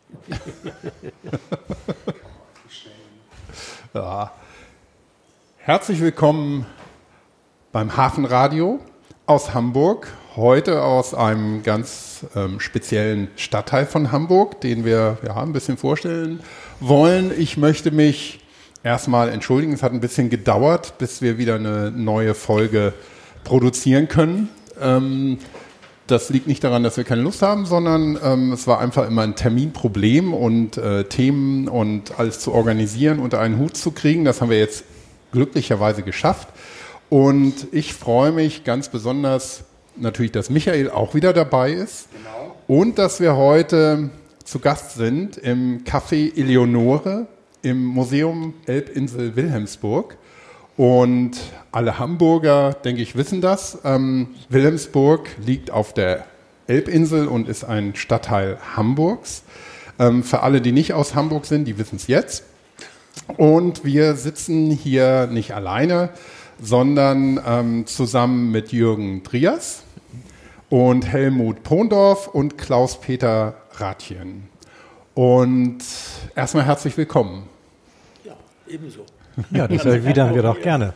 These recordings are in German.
Ja. Herzlich willkommen beim Hafenradio aus Hamburg. Heute aus einem ganz speziellen Stadtteil von Hamburg, den wir ein bisschen vorstellen wollen. Ich möchte mich erstmal entschuldigen, es hat ein bisschen gedauert, bis wir wieder eine neue Folge produzieren können. Das liegt nicht daran, dass wir keine Lust haben, sondern es war einfach immer ein Terminproblem und Themen und alles zu organisieren, unter einen Hut zu kriegen. Das haben wir jetzt glücklicherweise geschafft. Und ich freue mich ganz besonders natürlich, dass Michael auch wieder dabei ist. Genau. Und dass wir heute zu Gast sind im Café Eleonore im Museum Elbinsel Wilhelmsburg. Und alle Hamburger, denke ich, wissen das. Wilhelmsburg liegt auf der Elbinsel und ist ein Stadtteil Hamburgs. Für alle, die nicht aus Hamburg sind, die wissen es jetzt. Und wir sitzen hier nicht alleine, sondern zusammen mit Jürgen Drias und Helmut Pondorf und Klaus-Peter Rathjen. Und erstmal herzlich willkommen. Ja, ebenso. Ja, das erwidern wir doch gerne.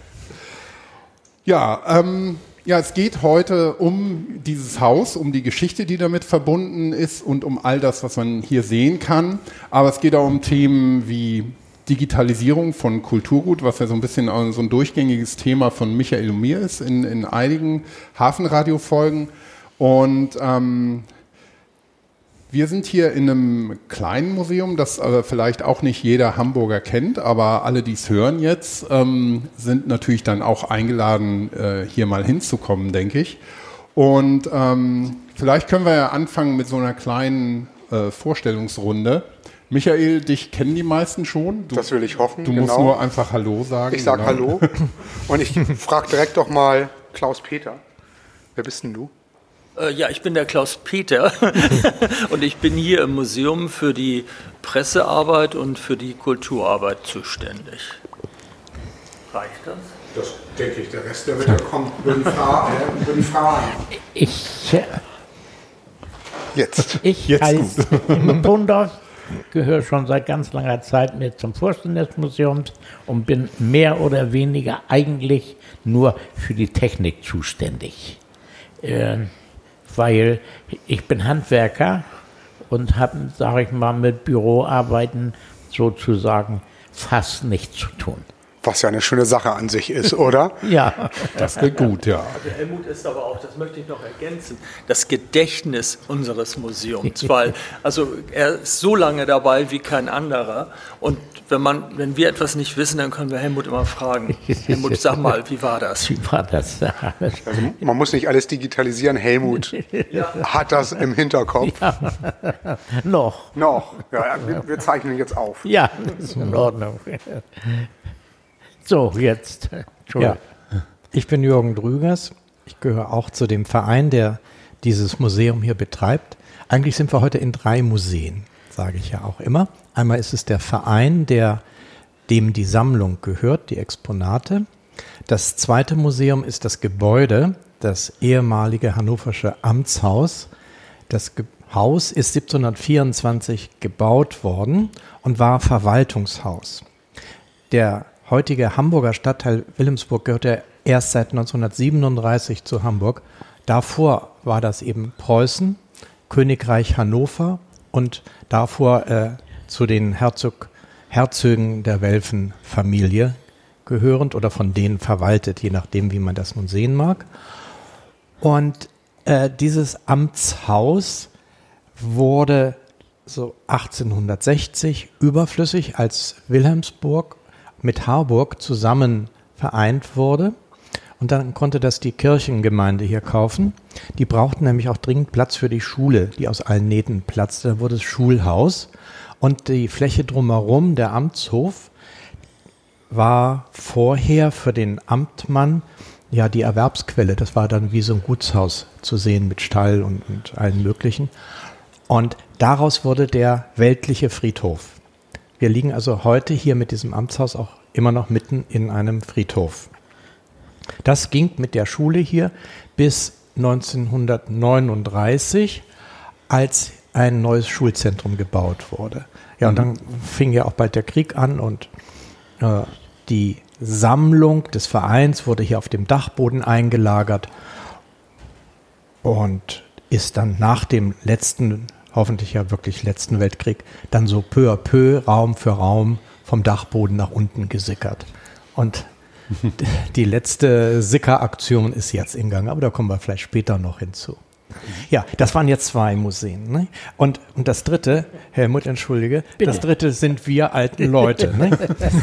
Ja, es geht heute um dieses Haus, um die Geschichte, die damit verbunden ist und um all das, was man hier sehen kann. Aber es geht auch um Themen wie Digitalisierung von Kulturgut, was ja so ein bisschen so ein durchgängiges Thema von Michael und mir ist in einigen Hafenradio-Folgen. Und wir sind hier in einem kleinen Museum, das vielleicht auch nicht jeder Hamburger kennt, aber alle, die es hören jetzt, sind natürlich dann auch eingeladen, hier mal hinzukommen, denke ich. Und vielleicht können wir ja anfangen mit so einer kleinen Vorstellungsrunde. Michael, dich kennen die meisten schon. Das will ich hoffen. Du musst nur einfach Hallo sagen. Ich sage Hallo und ich frage direkt doch mal Klaus-Peter. Wer bist denn du? Ja, ich bin der Klaus-Peter und ich bin hier im Museum für die Pressearbeit und für die Kulturarbeit zuständig. Reicht das? Das denke ich. Der Rest, der wird ja kommen über die Fragen. Ich heiße Helmut Pondorf, gehöre schon seit ganz langer Zeit mit zum Vorstand des Museums und bin mehr oder weniger eigentlich nur für die Technik zuständig. Weil ich bin Handwerker und habe, sage ich mal, mit Büroarbeiten sozusagen fast nichts zu tun. Was ja eine schöne Sache an sich ist, oder? Ja. Das klingt gut, ja. Also Helmut ist aber auch, das möchte ich noch ergänzen, das Gedächtnis unseres Museums, weil er ist so lange dabei wie kein anderer und wenn wir etwas nicht wissen, dann können wir Helmut immer fragen. Helmut, sag mal, wie war das? Also man muss nicht alles digitalisieren. Helmut hat das im Hinterkopf. Ja. Noch. Ja, wir zeichnen jetzt auf. Ja, das ist in Ordnung. So, jetzt. Ja. Ich bin Jürgen Drügers. Ich gehöre auch zu dem Verein, der dieses Museum hier betreibt. Eigentlich sind wir heute in 3 Museen, sage ich ja auch immer. Einmal ist es der Verein, dem die Sammlung gehört, die Exponate. Das zweite Museum ist das Gebäude, das ehemalige hannoversche Amtshaus. Das Haus ist 1724 gebaut worden und war Verwaltungshaus. Der heutige Hamburger Stadtteil Wilhelmsburg gehört ja erst seit 1937 zu Hamburg. Davor war das eben Preußen, Königreich Hannover und davor zu den Herzögen der Welfen-Familie gehörend oder von denen verwaltet, je nachdem, wie man das nun sehen mag. Und dieses Amtshaus wurde so 1860 überflüssig, als Wilhelmsburg mit Harburg zusammen vereint wurde. Und dann konnte das die Kirchengemeinde hier kaufen. Die brauchten nämlich auch dringend Platz für die Schule, die aus allen Nähten platzte. Da wurde es Schulhaus. Und die Fläche drumherum, der Amtshof, war vorher für den Amtmann ja die Erwerbsquelle. Das war dann wie so ein Gutshaus zu sehen mit Stall und allen möglichen. Und daraus wurde der weltliche Friedhof. Wir liegen also heute hier mit diesem Amtshaus auch immer noch mitten in einem Friedhof. Das ging mit der Schule hier bis 1939, als ein neues Schulzentrum gebaut wurde. Ja, und dann fing ja auch bald der Krieg an und die Sammlung des Vereins wurde hier auf dem Dachboden eingelagert und ist dann nach dem letzten, hoffentlich ja wirklich letzten Weltkrieg, dann so peu à peu, Raum für Raum vom Dachboden nach unten gesickert. Und die letzte Sickeraktion ist jetzt in Gang, aber da kommen wir vielleicht später noch hinzu. Ja, das waren jetzt 2 Museen. Ne? Und das dritte, Helmut, entschuldige, bitte. Das dritte sind wir alten Leute. Ne?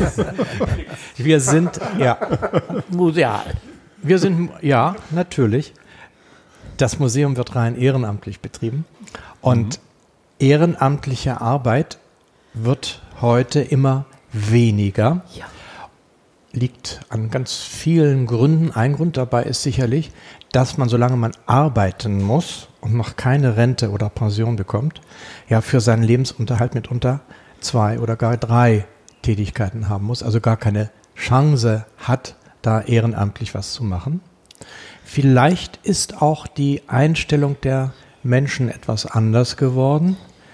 Wir sind, ja, museal. Wir sind, ja, natürlich. Das Museum wird rein ehrenamtlich betrieben. Und ehrenamtliche Arbeit wird heute immer weniger. Ja. Liegt an ganz vielen Gründen. Ein Grund dabei ist sicherlich, dass man, solange man arbeiten muss und noch keine Rente oder Pension bekommt, ja für seinen Lebensunterhalt mitunter 2 oder gar 3 Tätigkeiten haben muss, also gar keine Chance hat, da ehrenamtlich was zu machen. Vielleicht ist auch die Einstellung der Menschen etwas anders geworden.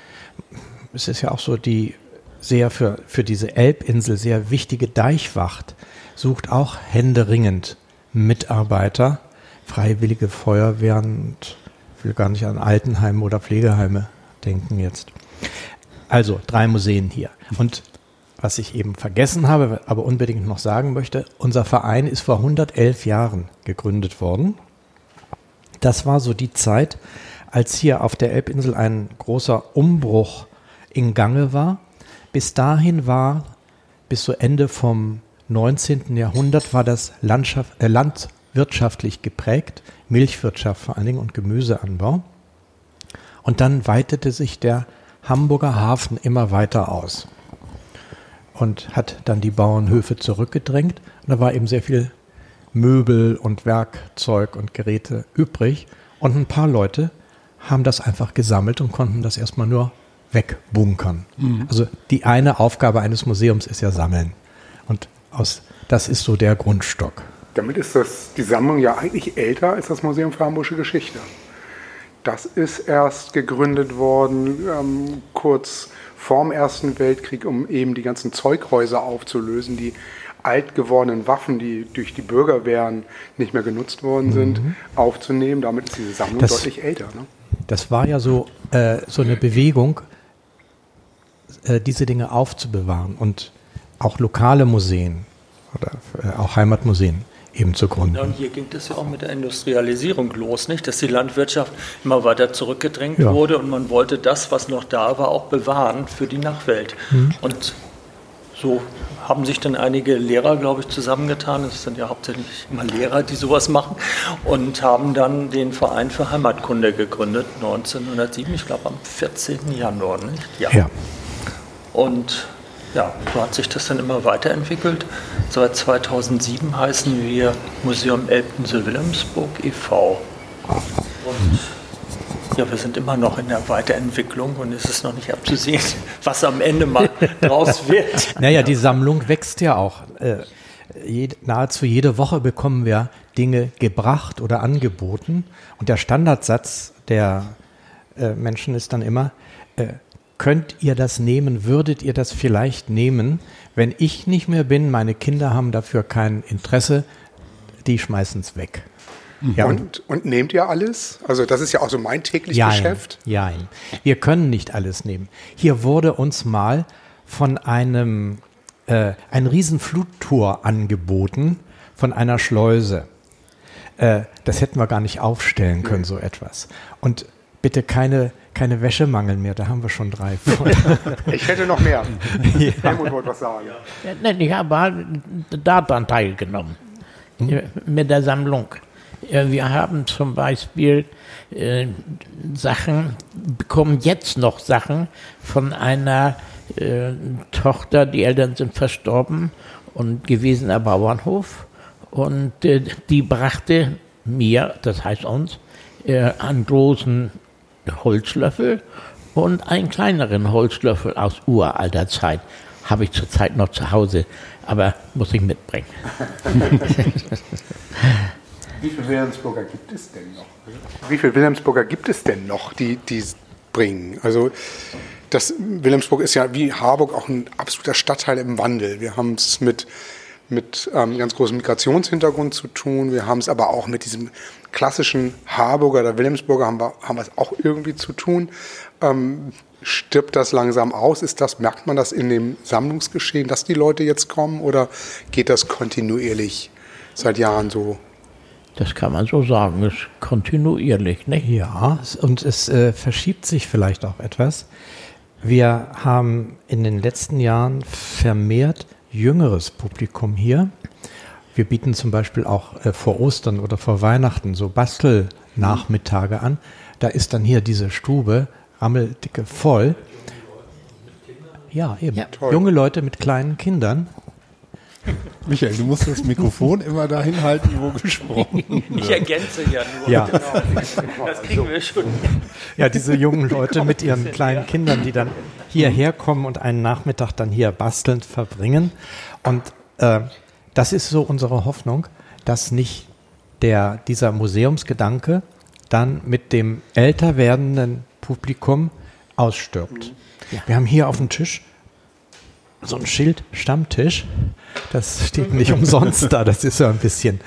Es ist ja auch so, die sehr für diese Elbinsel sehr wichtige Deichwacht sucht auch händeringend Mitarbeiter, freiwillige Feuerwehren, und ich will gar nicht an Altenheime oder Pflegeheime denken jetzt. Also 3 Museen hier. Und was ich eben vergessen habe, aber unbedingt noch sagen möchte, unser Verein ist vor 111 Jahren gegründet worden. Das war so die Zeit, als hier auf der Elbinsel ein großer Umbruch in Gange war. Bis dahin war, bis so Ende vom 19. Jahrhundert, war das Land wirtschaftlich geprägt, Milchwirtschaft vor allen Dingen und Gemüseanbau. Und dann weitete sich der Hamburger Hafen immer weiter aus und hat dann die Bauernhöfe zurückgedrängt. Und da war eben sehr viel Möbel und Werkzeug und Geräte übrig. Und ein paar Leute haben das einfach gesammelt und konnten das erstmal nur wegbunkern. Also die eine Aufgabe eines Museums ist ja Sammeln. Und das ist so der Grundstock. Damit ist die Sammlung ja eigentlich älter als das Museum für Hamburgische Geschichte. Das ist erst gegründet worden kurz vorm Ersten Weltkrieg, um eben die ganzen Zeughäuser aufzulösen, die alt gewordenen Waffen, die durch die Bürgerwehren nicht mehr genutzt worden sind, aufzunehmen. Damit ist diese Sammlung deutlich älter. Ne? Das war ja so eine Bewegung, diese Dinge aufzubewahren und auch lokale Museen oder auch Heimatmuseen eben zu gründen. Ja, und hier ging das ja auch mit der Industrialisierung los, nicht? Dass die Landwirtschaft immer weiter zurückgedrängt wurde und man wollte das, was noch da war, auch bewahren für die Nachwelt. Und so haben sich dann einige Lehrer, glaube ich, zusammengetan. Es sind ja hauptsächlich immer Lehrer, die sowas machen. Und haben dann den Verein für Heimatkunde gegründet, 1907, ich glaube am 14. Januar. Nicht? Ja. Und ja, so hat sich das dann immer weiterentwickelt. Seit 2007 heißen wir Museum Elbinsel-Wilhelmsburg e.V. Und ja, wir sind immer noch in der Weiterentwicklung und es ist noch nicht abzusehen, was am Ende mal draus wird. Naja, die Sammlung wächst ja auch. Nahezu jede Woche bekommen wir Dinge gebracht oder angeboten. Und der Standardsatz der Menschen ist dann immer, könnt ihr das nehmen, würdet ihr das vielleicht nehmen? Wenn ich nicht mehr bin, meine Kinder haben dafür kein Interesse, die schmeißen es weg. Ja, und nehmt ihr alles? Also das ist ja auch so mein tägliches Geschäft. Ja, wir können nicht alles nehmen. Hier wurde uns mal von ein riesen Fluttor angeboten von einer Schleuse. Das hätten wir gar nicht aufstellen können, so etwas. Und bitte keine Wäschemangel mehr, da haben wir schon 3 von. Ich hätte noch mehr. Helmut wollte was sagen. Ich habe daran teilgenommen, mit der Sammlung. Wir haben zum Beispiel bekommen jetzt noch Sachen von einer Tochter, die Eltern sind verstorben und gewesener Bauernhof. Und die brachte mir, das heißt uns, einen großen Holzlöffel und einen kleineren Holzlöffel aus uralter Zeit. Habe ich zurzeit noch zu Hause, aber muss ich mitbringen. Wie viele Wilhelmsburger gibt es denn noch? Die bringen. Also das Wilhelmsburg ist ja wie Harburg auch ein absoluter Stadtteil im Wandel. Wir haben es mit ganz großem Migrationshintergrund zu tun. Wir haben es aber auch mit diesem klassischen Harburger oder Wilhelmsburger haben wir es auch irgendwie zu tun. Stirbt das langsam aus? Merkt man das in dem Sammlungsgeschehen, dass die Leute jetzt kommen, oder geht das kontinuierlich seit Jahren so? Das kann man so sagen, es ist kontinuierlich, nicht? Ja, und es verschiebt sich vielleicht auch etwas. Wir haben in den letzten Jahren vermehrt jüngeres Publikum hier. Wir bieten zum Beispiel auch vor Ostern oder vor Weihnachten so Bastelnachmittage an. Da ist dann hier diese Stube rammeldicke voll. Ja, eben. Ja. Junge Leute mit kleinen Kindern. Michael, du musst das Mikrofon immer dahin halten, wo gesprochen wird. Ich ergänze ja nur. Ja. Das kriegen wir schon. Ja, diese jungen Leute mit ihren kleinen Kindern, die dann hierher kommen und einen Nachmittag dann hier bastelnd verbringen. Und das ist so unsere Hoffnung, dass nicht dieser Museumsgedanke dann mit dem älter werdenden Publikum ausstirbt. Ja. Wir haben hier auf dem Tisch so ein Schild, Stammtisch. Das steht nicht umsonst da. Das ist so ein bisschen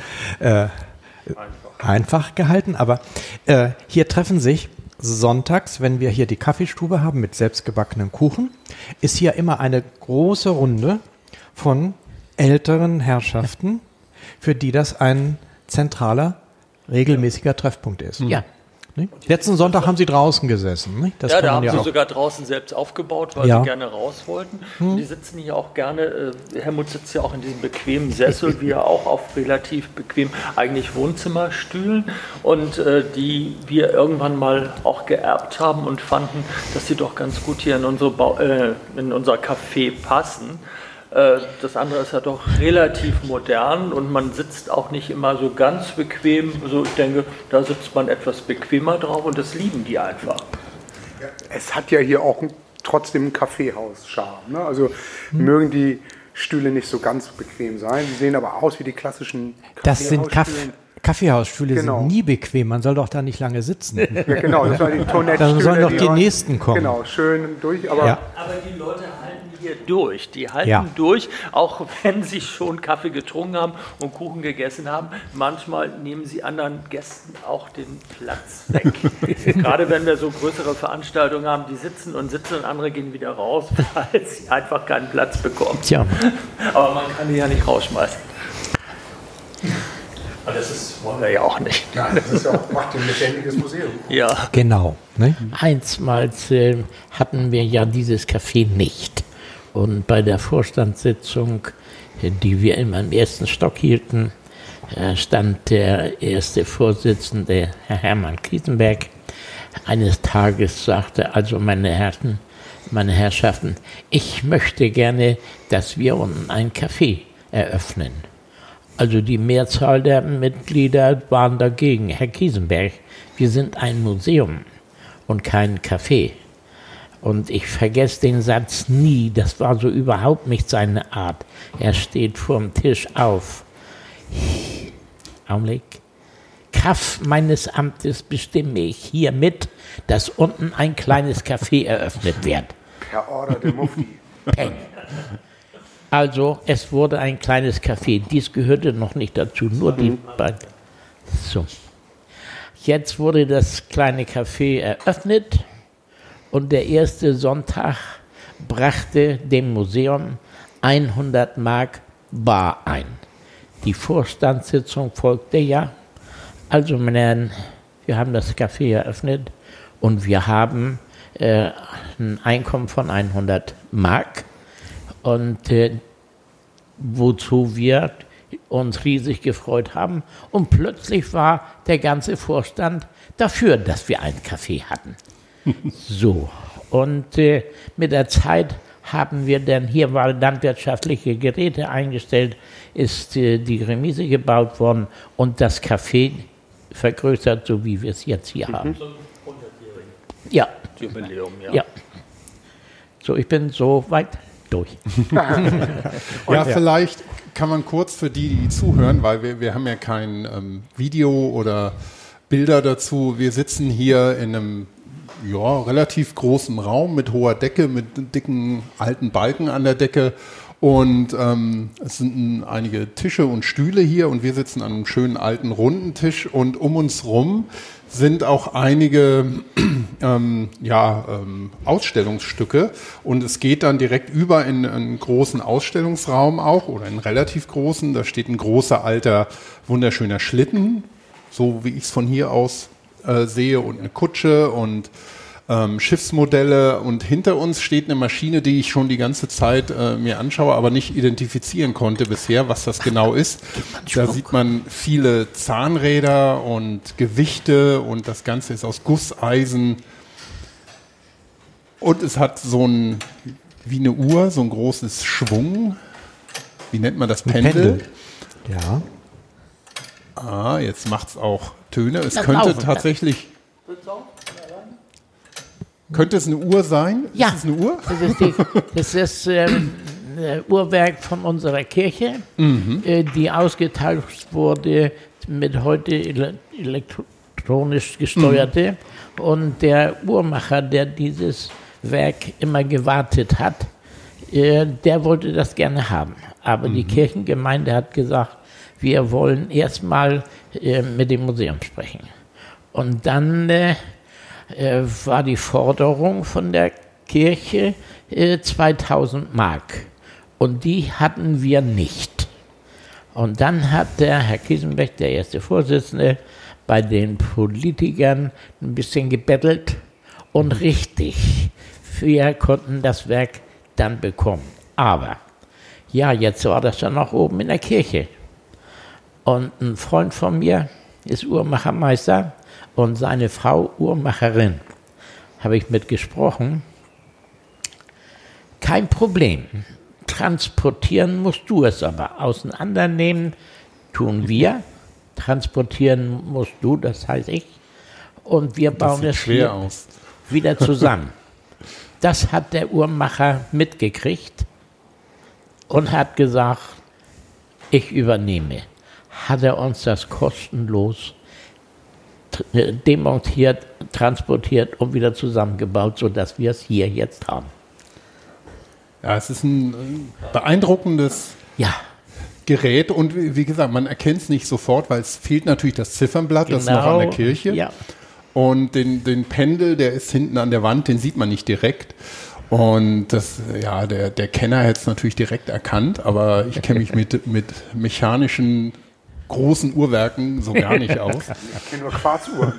einfach gehalten. Aber hier treffen sich sonntags, wenn wir hier die Kaffeestube haben mit selbstgebackenen Kuchen, ist hier immer eine große Runde von älteren Herrschaften, für die das ein zentraler, regelmäßiger Treffpunkt ist. Ja. Letzten Sonntag haben Sie draußen gesessen. Nicht? Das ja, kann da man haben ja sie auch sogar draußen selbst aufgebaut, weil sie gerne raus wollten. Die sitzen hier auch gerne, Helmut sitzt ja auch in diesem bequemen Sessel, wie er auch auf relativ bequem eigentlich Wohnzimmerstühlen, und die wir irgendwann mal auch geerbt haben und fanden, dass sie doch ganz gut hier in unser Café passen. Das andere ist ja doch relativ modern und man sitzt auch nicht immer so ganz bequem. Also ich denke, da sitzt man etwas bequemer drauf und das lieben die einfach. Es hat ja hier auch trotzdem ein Kaffeehaus-Charme. Ne? Also mögen die Stühle nicht so ganz bequem sein. Sie sehen aber aus wie die klassischen Kaffeehausstühle. Kaffeehausstühle sind nie bequem. Man soll doch da nicht lange sitzen. Ja, genau. Das war die Tonettstühle. Dann sollen doch die nächsten kommen. Genau, schön durch. Aber die Leute halten hier durch. Die halten durch, auch wenn sie schon Kaffee getrunken haben und Kuchen gegessen haben. Manchmal nehmen sie anderen Gästen auch den Platz weg. Gerade wenn wir so größere Veranstaltungen haben, die sitzen und andere gehen wieder raus, weil sie einfach keinen Platz bekommen. Tja. Aber man kann die ja nicht rausschmeißen. Aber wollen wir ja auch nicht. Nein, das ist ja auch, macht ein lebendiges Museum. Ja. Genau. Ne? Einstmals hatten wir ja dieses Café nicht. Und bei der Vorstandssitzung, die wir immer im ersten Stock hielten, stand der erste Vorsitzende, Herr Hermann Kiesenberg, eines Tages sagte, also meine Herren, meine Herrschaften, ich möchte gerne, dass wir unten ein Café eröffnen. Also die Mehrzahl der Mitglieder waren dagegen. Herr Kiesenberg, wir sind ein Museum und kein Café. Und ich vergesse den Satz nie, das war so überhaupt nicht seine Art. Er steht vorm Tisch auf. Augenblick. Kraft meines Amtes bestimme ich hiermit, dass unten ein kleines Café eröffnet wird. Per Order der Mufti. Peng. Also, es wurde ein kleines Café. Dies gehörte noch nicht dazu, nur die beiden. So. Jetzt wurde das kleine Café eröffnet und der erste Sonntag brachte dem Museum 100 Mark bar ein. Die Vorstandssitzung folgte ja. Also, meine Herren, wir haben das Café eröffnet und wir haben ein Einkommen von 100 Mark. Und wozu wir uns riesig gefreut haben. Und plötzlich war der ganze Vorstand dafür, dass wir einen Café hatten. So, und mit der Zeit haben wir dann, hier waren landwirtschaftliche Geräte eingestellt, ist die Remise gebaut worden und das Café vergrößert, so wie wir es jetzt hier haben. Ja. Jubiläum, ja. So, ich bin so weit durch. Ja, vielleicht kann man kurz für die zuhören, weil wir haben ja kein Video oder Bilder dazu. Wir sitzen hier in einem relativ großem Raum mit hoher Decke, mit dicken alten Balken an der Decke. Und es sind einige Tische und Stühle hier und wir sitzen an einem schönen alten runden Tisch und um uns rum sind auch einige Ausstellungsstücke und es geht dann direkt über in einen großen Ausstellungsraum auch oder einen relativ großen. Da steht ein großer alter wunderschöner Schlitten, so wie ich es von hier aus sehe und eine Kutsche und Schiffsmodelle und hinter uns steht eine Maschine, die ich schon die ganze Zeit mir anschaue, aber nicht identifizieren konnte bisher, was das genau ist. Da sieht man viele Zahnräder und Gewichte und das Ganze ist aus Gusseisen und es hat wie eine Uhr, so ein großes Schwung. Wie nennt man das? Pendel? Ja. Ah, jetzt macht's auch Töne. Es könnte tatsächlich... Könnte es eine Uhr sein? Ja. Ist es eine Uhr? Das ist Uhrwerk von unserer Kirche, die ausgetauscht wurde mit heute elektronisch gesteuerte. Und der Uhrmacher, der dieses Werk immer gewartet hat, der wollte das gerne haben. Aber die Kirchengemeinde hat gesagt, wir wollen erstmal mit dem Museum sprechen. Und dann war die Forderung von der Kirche 2000 Mark. Und die hatten wir nicht. Und dann hat der Herr Kiesenbeck, der erste Vorsitzende, bei den Politikern ein bisschen gebettelt. Und richtig, wir konnten das Werk dann bekommen. Aber, ja, jetzt war das dann noch oben in der Kirche. Und ein Freund von mir ist Uhrmachermeister und seine Frau Uhrmacherin. Habe ich mit gesprochen. Kein Problem. Transportieren musst du es aber. Auseinandernehmen tun wir. Transportieren musst du, das heißt ich. Und wir bauen es wieder zusammen. Das hat der Uhrmacher mitgekriegt und hat gesagt, ich übernehme. Hat er uns das kostenlos demontiert, transportiert und wieder zusammengebaut, sodass wir es hier jetzt haben. Ja, es ist ein beeindruckendes Gerät und wie gesagt, man erkennt es nicht sofort, weil es fehlt natürlich das Ziffernblatt, das ist noch an der Kirche. Ja. Und den Pendel, der ist hinten an der Wand, den sieht man nicht direkt. Und der Kenner hätte es natürlich direkt erkannt, aber ich kenne mich mit mechanischen großen Uhrwerken so gar nicht aus. Ich kenne nur Quarzuhren.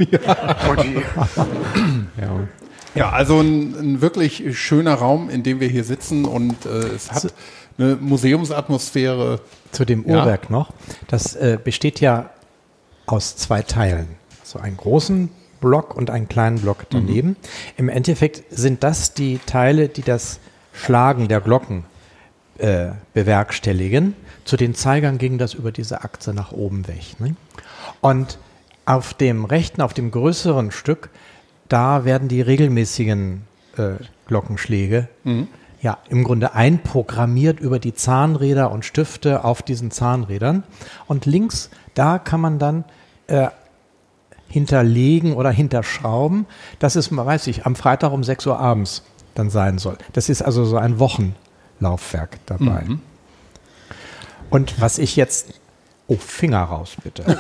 Ja, also ein wirklich schöner Raum, in dem wir hier sitzen und es hat eine Museumsatmosphäre. Zu dem Uhrwerk noch. Das besteht ja aus 2 Teilen. So einen großen Block und einen kleinen Block daneben. Im Endeffekt sind das die Teile, die das Schlagen der Glocken bewerkstelligen. Zu den Zeigern ging das über diese Achse nach oben weg. Ne? Und auf dem rechten, auf dem größeren Stück, da werden die regelmäßigen Glockenschläge im Grunde einprogrammiert über die Zahnräder und Stifte auf diesen Zahnrädern. Und links, da kann man dann hinterlegen oder hinterschrauben, dass es, weiß ich, am Freitag um 6 Uhr abends dann sein soll. Das ist also so ein Wochenlaufwerk dabei. Und was ich jetzt... Oh, Finger raus, bitte.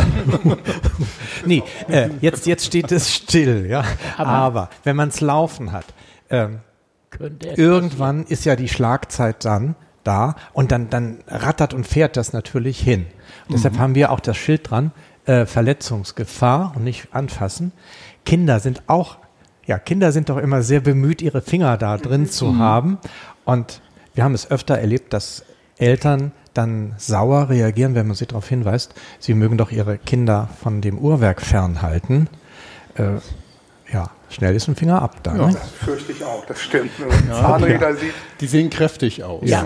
Nee, jetzt steht es still, ja. Aber wenn man es laufen hat, irgendwann ist ja die Schlagzeit dann da und dann rattert und fährt das natürlich hin. Und deshalb haben wir auch das Schild dran, Verletzungsgefahr und nicht anfassen. Kinder sind doch immer sehr bemüht, ihre Finger da drin zu haben. Und wir haben es öfter erlebt, dass Eltern dann sauer reagieren, wenn man sie darauf hinweist, sie mögen doch ihre Kinder von dem Uhrwerk fernhalten. Schnell ist ein Finger ab da. Ja, ne? Das fürchte ich auch, das stimmt. Wenn man Zahnräder sieht, die sehen kräftig aus. Ja.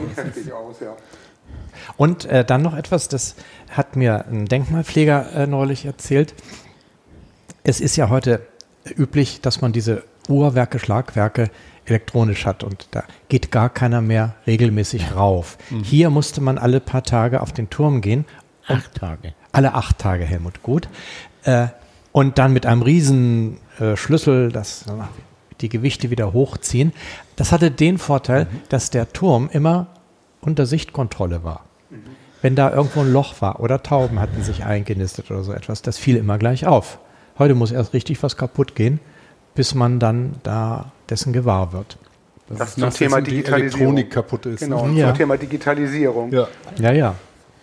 Und dann noch etwas, das hat mir ein Denkmalpfleger neulich erzählt. Es ist ja heute üblich, dass man diese Uhrwerke, Schlagwerke elektronisch hat und da geht gar keiner mehr regelmäßig rauf. Hier musste man alle paar Tage auf den Turm gehen. 8 Tage. Alle 8 Tage, Helmut, gut. und dann mit einem riesen Schlüssel die Gewichte wieder hochziehen. Das hatte den Vorteil, dass der Turm immer unter Sichtkontrolle war. Wenn da irgendwo ein Loch war oder Tauben hatten sich eingenistet oder so etwas, das fiel immer gleich auf. Heute muss erst richtig was kaputt gehen, bis man dann da dessen gewahr wird. Das zum Thema Digitalisierung. Die Elektronik kaputt ist. Genau, Ja. zum Thema Digitalisierung. Ja. Ja.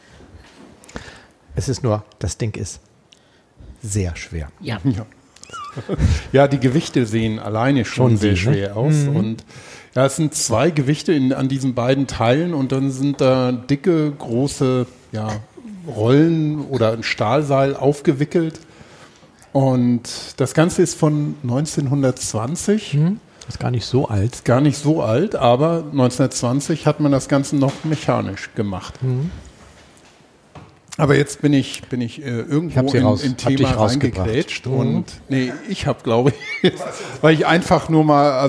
Es ist nur, das Ding ist sehr schwer. Ja. Ja, die Gewichte sehen alleine schon sehr schwer aus. Und ja, es sind 2 Gewichte an diesen beiden Teilen und dann sind da dicke, große Rollen oder ein Stahlseil aufgewickelt. Und das Ganze ist von 1920. Ist gar nicht so alt. Gar nicht so alt, aber 1920 hat man das Ganze noch mechanisch gemacht. Aber jetzt bin ich irgendwo in Thema reingegrätscht und ich habe, glaube ich, weil ich einfach nur mal,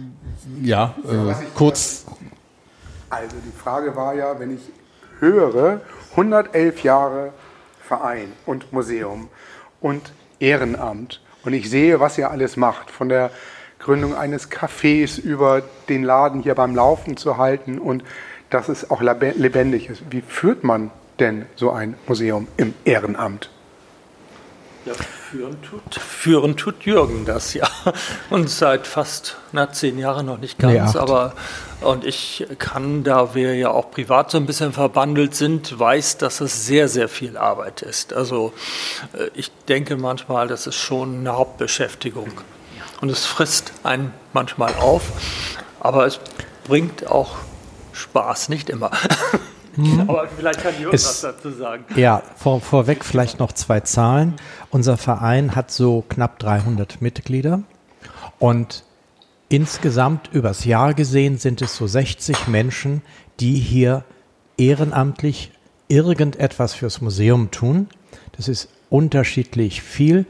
kurz. Also die Frage war ja, wenn ich höre, 111 Jahre Verein und Museum und Ehrenamt und ich sehe, was ihr alles macht, von der Gründung eines Cafés über den Laden hier beim Laufen zu halten und dass es auch lebendig ist. Wie führt man denn so ein Museum im Ehrenamt? Ja, führen tut Jürgen das, ja. Und seit fast 10 Jahren noch nicht ganz, und ich kann, da wir ja auch privat so ein bisschen verbandelt sind, weiß, dass es sehr, sehr viel Arbeit ist. Also ich denke manchmal, das ist schon eine Hauptbeschäftigung. Und es frisst einen manchmal auf, aber es bringt auch Spaß, nicht immer. Aber vielleicht kann Jürgen was dazu sagen. Ja, vorweg vielleicht noch 2 Zahlen. Unser Verein hat so knapp 300 Mitglieder und insgesamt übers Jahr gesehen sind es so 60 Menschen, die hier ehrenamtlich irgendetwas fürs Museum tun. Das ist unterschiedlich viel.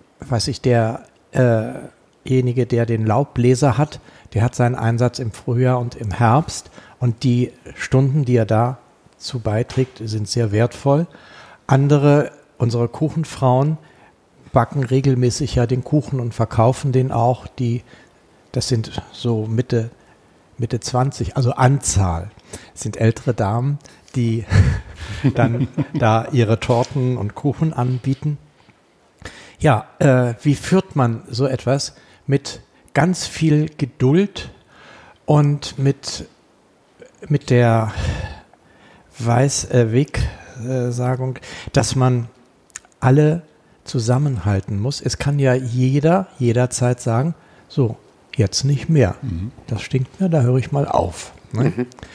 Derjenige, der den Laubbläser hat, der hat seinen Einsatz im Frühjahr und im Herbst und die Stunden, die er dazu beiträgt, sind sehr wertvoll. Andere, unsere Kuchenfrauen, backen regelmäßig ja den Kuchen und verkaufen den auch. Das sind so Mitte 20, also Anzahl. Das sind ältere Damen, die dann da ihre Torten und Kuchen anbieten. Ja, wie führt man so etwas? Mit ganz viel Geduld und mit der Wegsagung, dass man alle zusammenhalten muss. Es kann ja jederzeit sagen, so, jetzt nicht mehr. Das stinkt mir, da höre ich mal auf. Ne?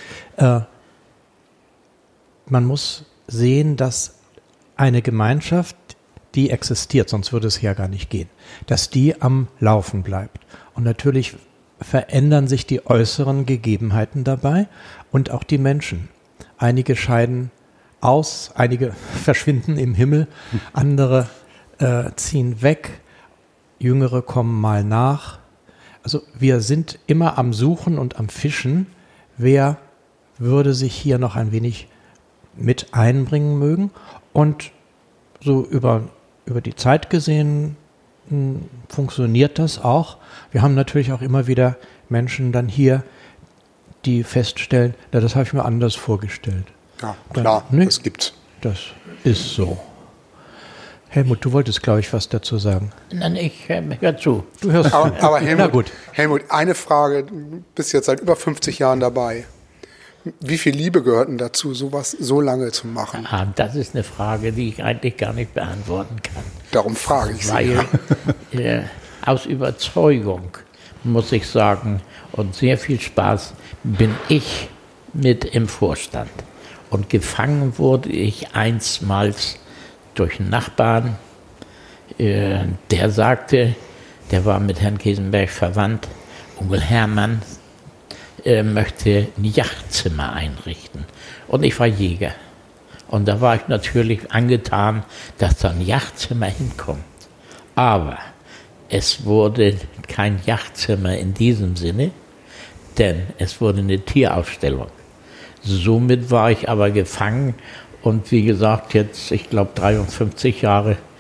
Man muss sehen, dass eine Gemeinschaft, die existiert, sonst würde es ja gar nicht gehen, dass die am Laufen bleibt. Und natürlich verändern sich die äußeren Gegebenheiten dabei und auch die Menschen. Einige scheiden aus, einige verschwinden im Himmel, andere ziehen weg, Jüngere kommen mal nach. Also wir sind immer am Suchen und am Fischen, wer würde sich hier noch ein wenig mit einbringen mögen. Und so über die Zeit gesehen funktioniert das auch. Wir haben natürlich auch immer wieder Menschen dann hier, die feststellen, na, das habe ich mir anders vorgestellt. Ja, klar, das gibt's. Das ist so. Helmut, du wolltest, glaube ich, was dazu sagen. Nein, ich höre zu. Du hörst zu. Aber Helmut, na gut. Helmut, eine Frage, du bist jetzt seit über 50 Jahren dabei. Wie viel Liebe gehört denn dazu, sowas so lange zu machen? Das ist eine Frage, die ich eigentlich gar nicht beantworten kann. Darum frage ich Sie. Weil aus Überzeugung, muss ich sagen, und sehr viel Spaß, bin ich mit im Vorstand. Und gefangen wurde ich einstmals durch einen Nachbarn, der sagte, der war mit Herrn Kesenberg verwandt, Onkel Hermann möchte ein Jagdzimmer einrichten. Und ich war Jäger. Und da war ich natürlich angetan, dass da ein Jagdzimmer hinkommt. Aber es wurde kein Jagdzimmer in diesem Sinne, denn es wurde eine Tierausstellung. Somit war ich aber gefangen und wie gesagt, jetzt, ich glaube 53 Jahre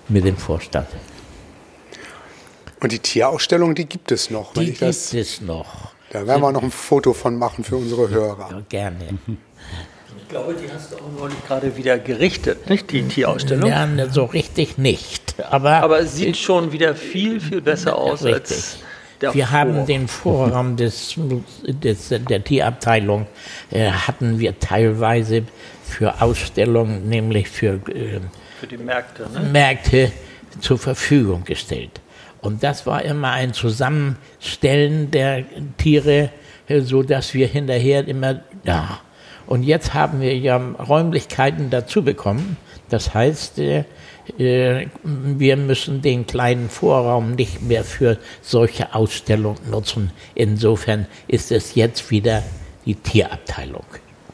mit dem Vorstand. Und die Tierausstellung, die gibt es noch. Die gibt es noch. Da werden wir noch ein Foto von machen für unsere Hörer. Ja, gerne. Ich glaube, die hast du auch neulich gerade wieder gerichtet, nicht die Tierausstellung? Ja, so richtig nicht. Aber es sieht schon wieder viel, viel besser aus als davor. Wir haben den Vorraum der Tierabteilung, hatten wir teilweise für Ausstellungen, nämlich für die Märkte, ne? Märkte zur Verfügung gestellt. Und das war immer ein Zusammenstellen der Tiere, so dass wir hinterher immer da. Und jetzt haben wir ja Räumlichkeiten dazu bekommen. Das heißt, wir müssen den kleinen Vorraum nicht mehr für solche Ausstellungen nutzen. Insofern ist es jetzt wieder die Tierabteilung.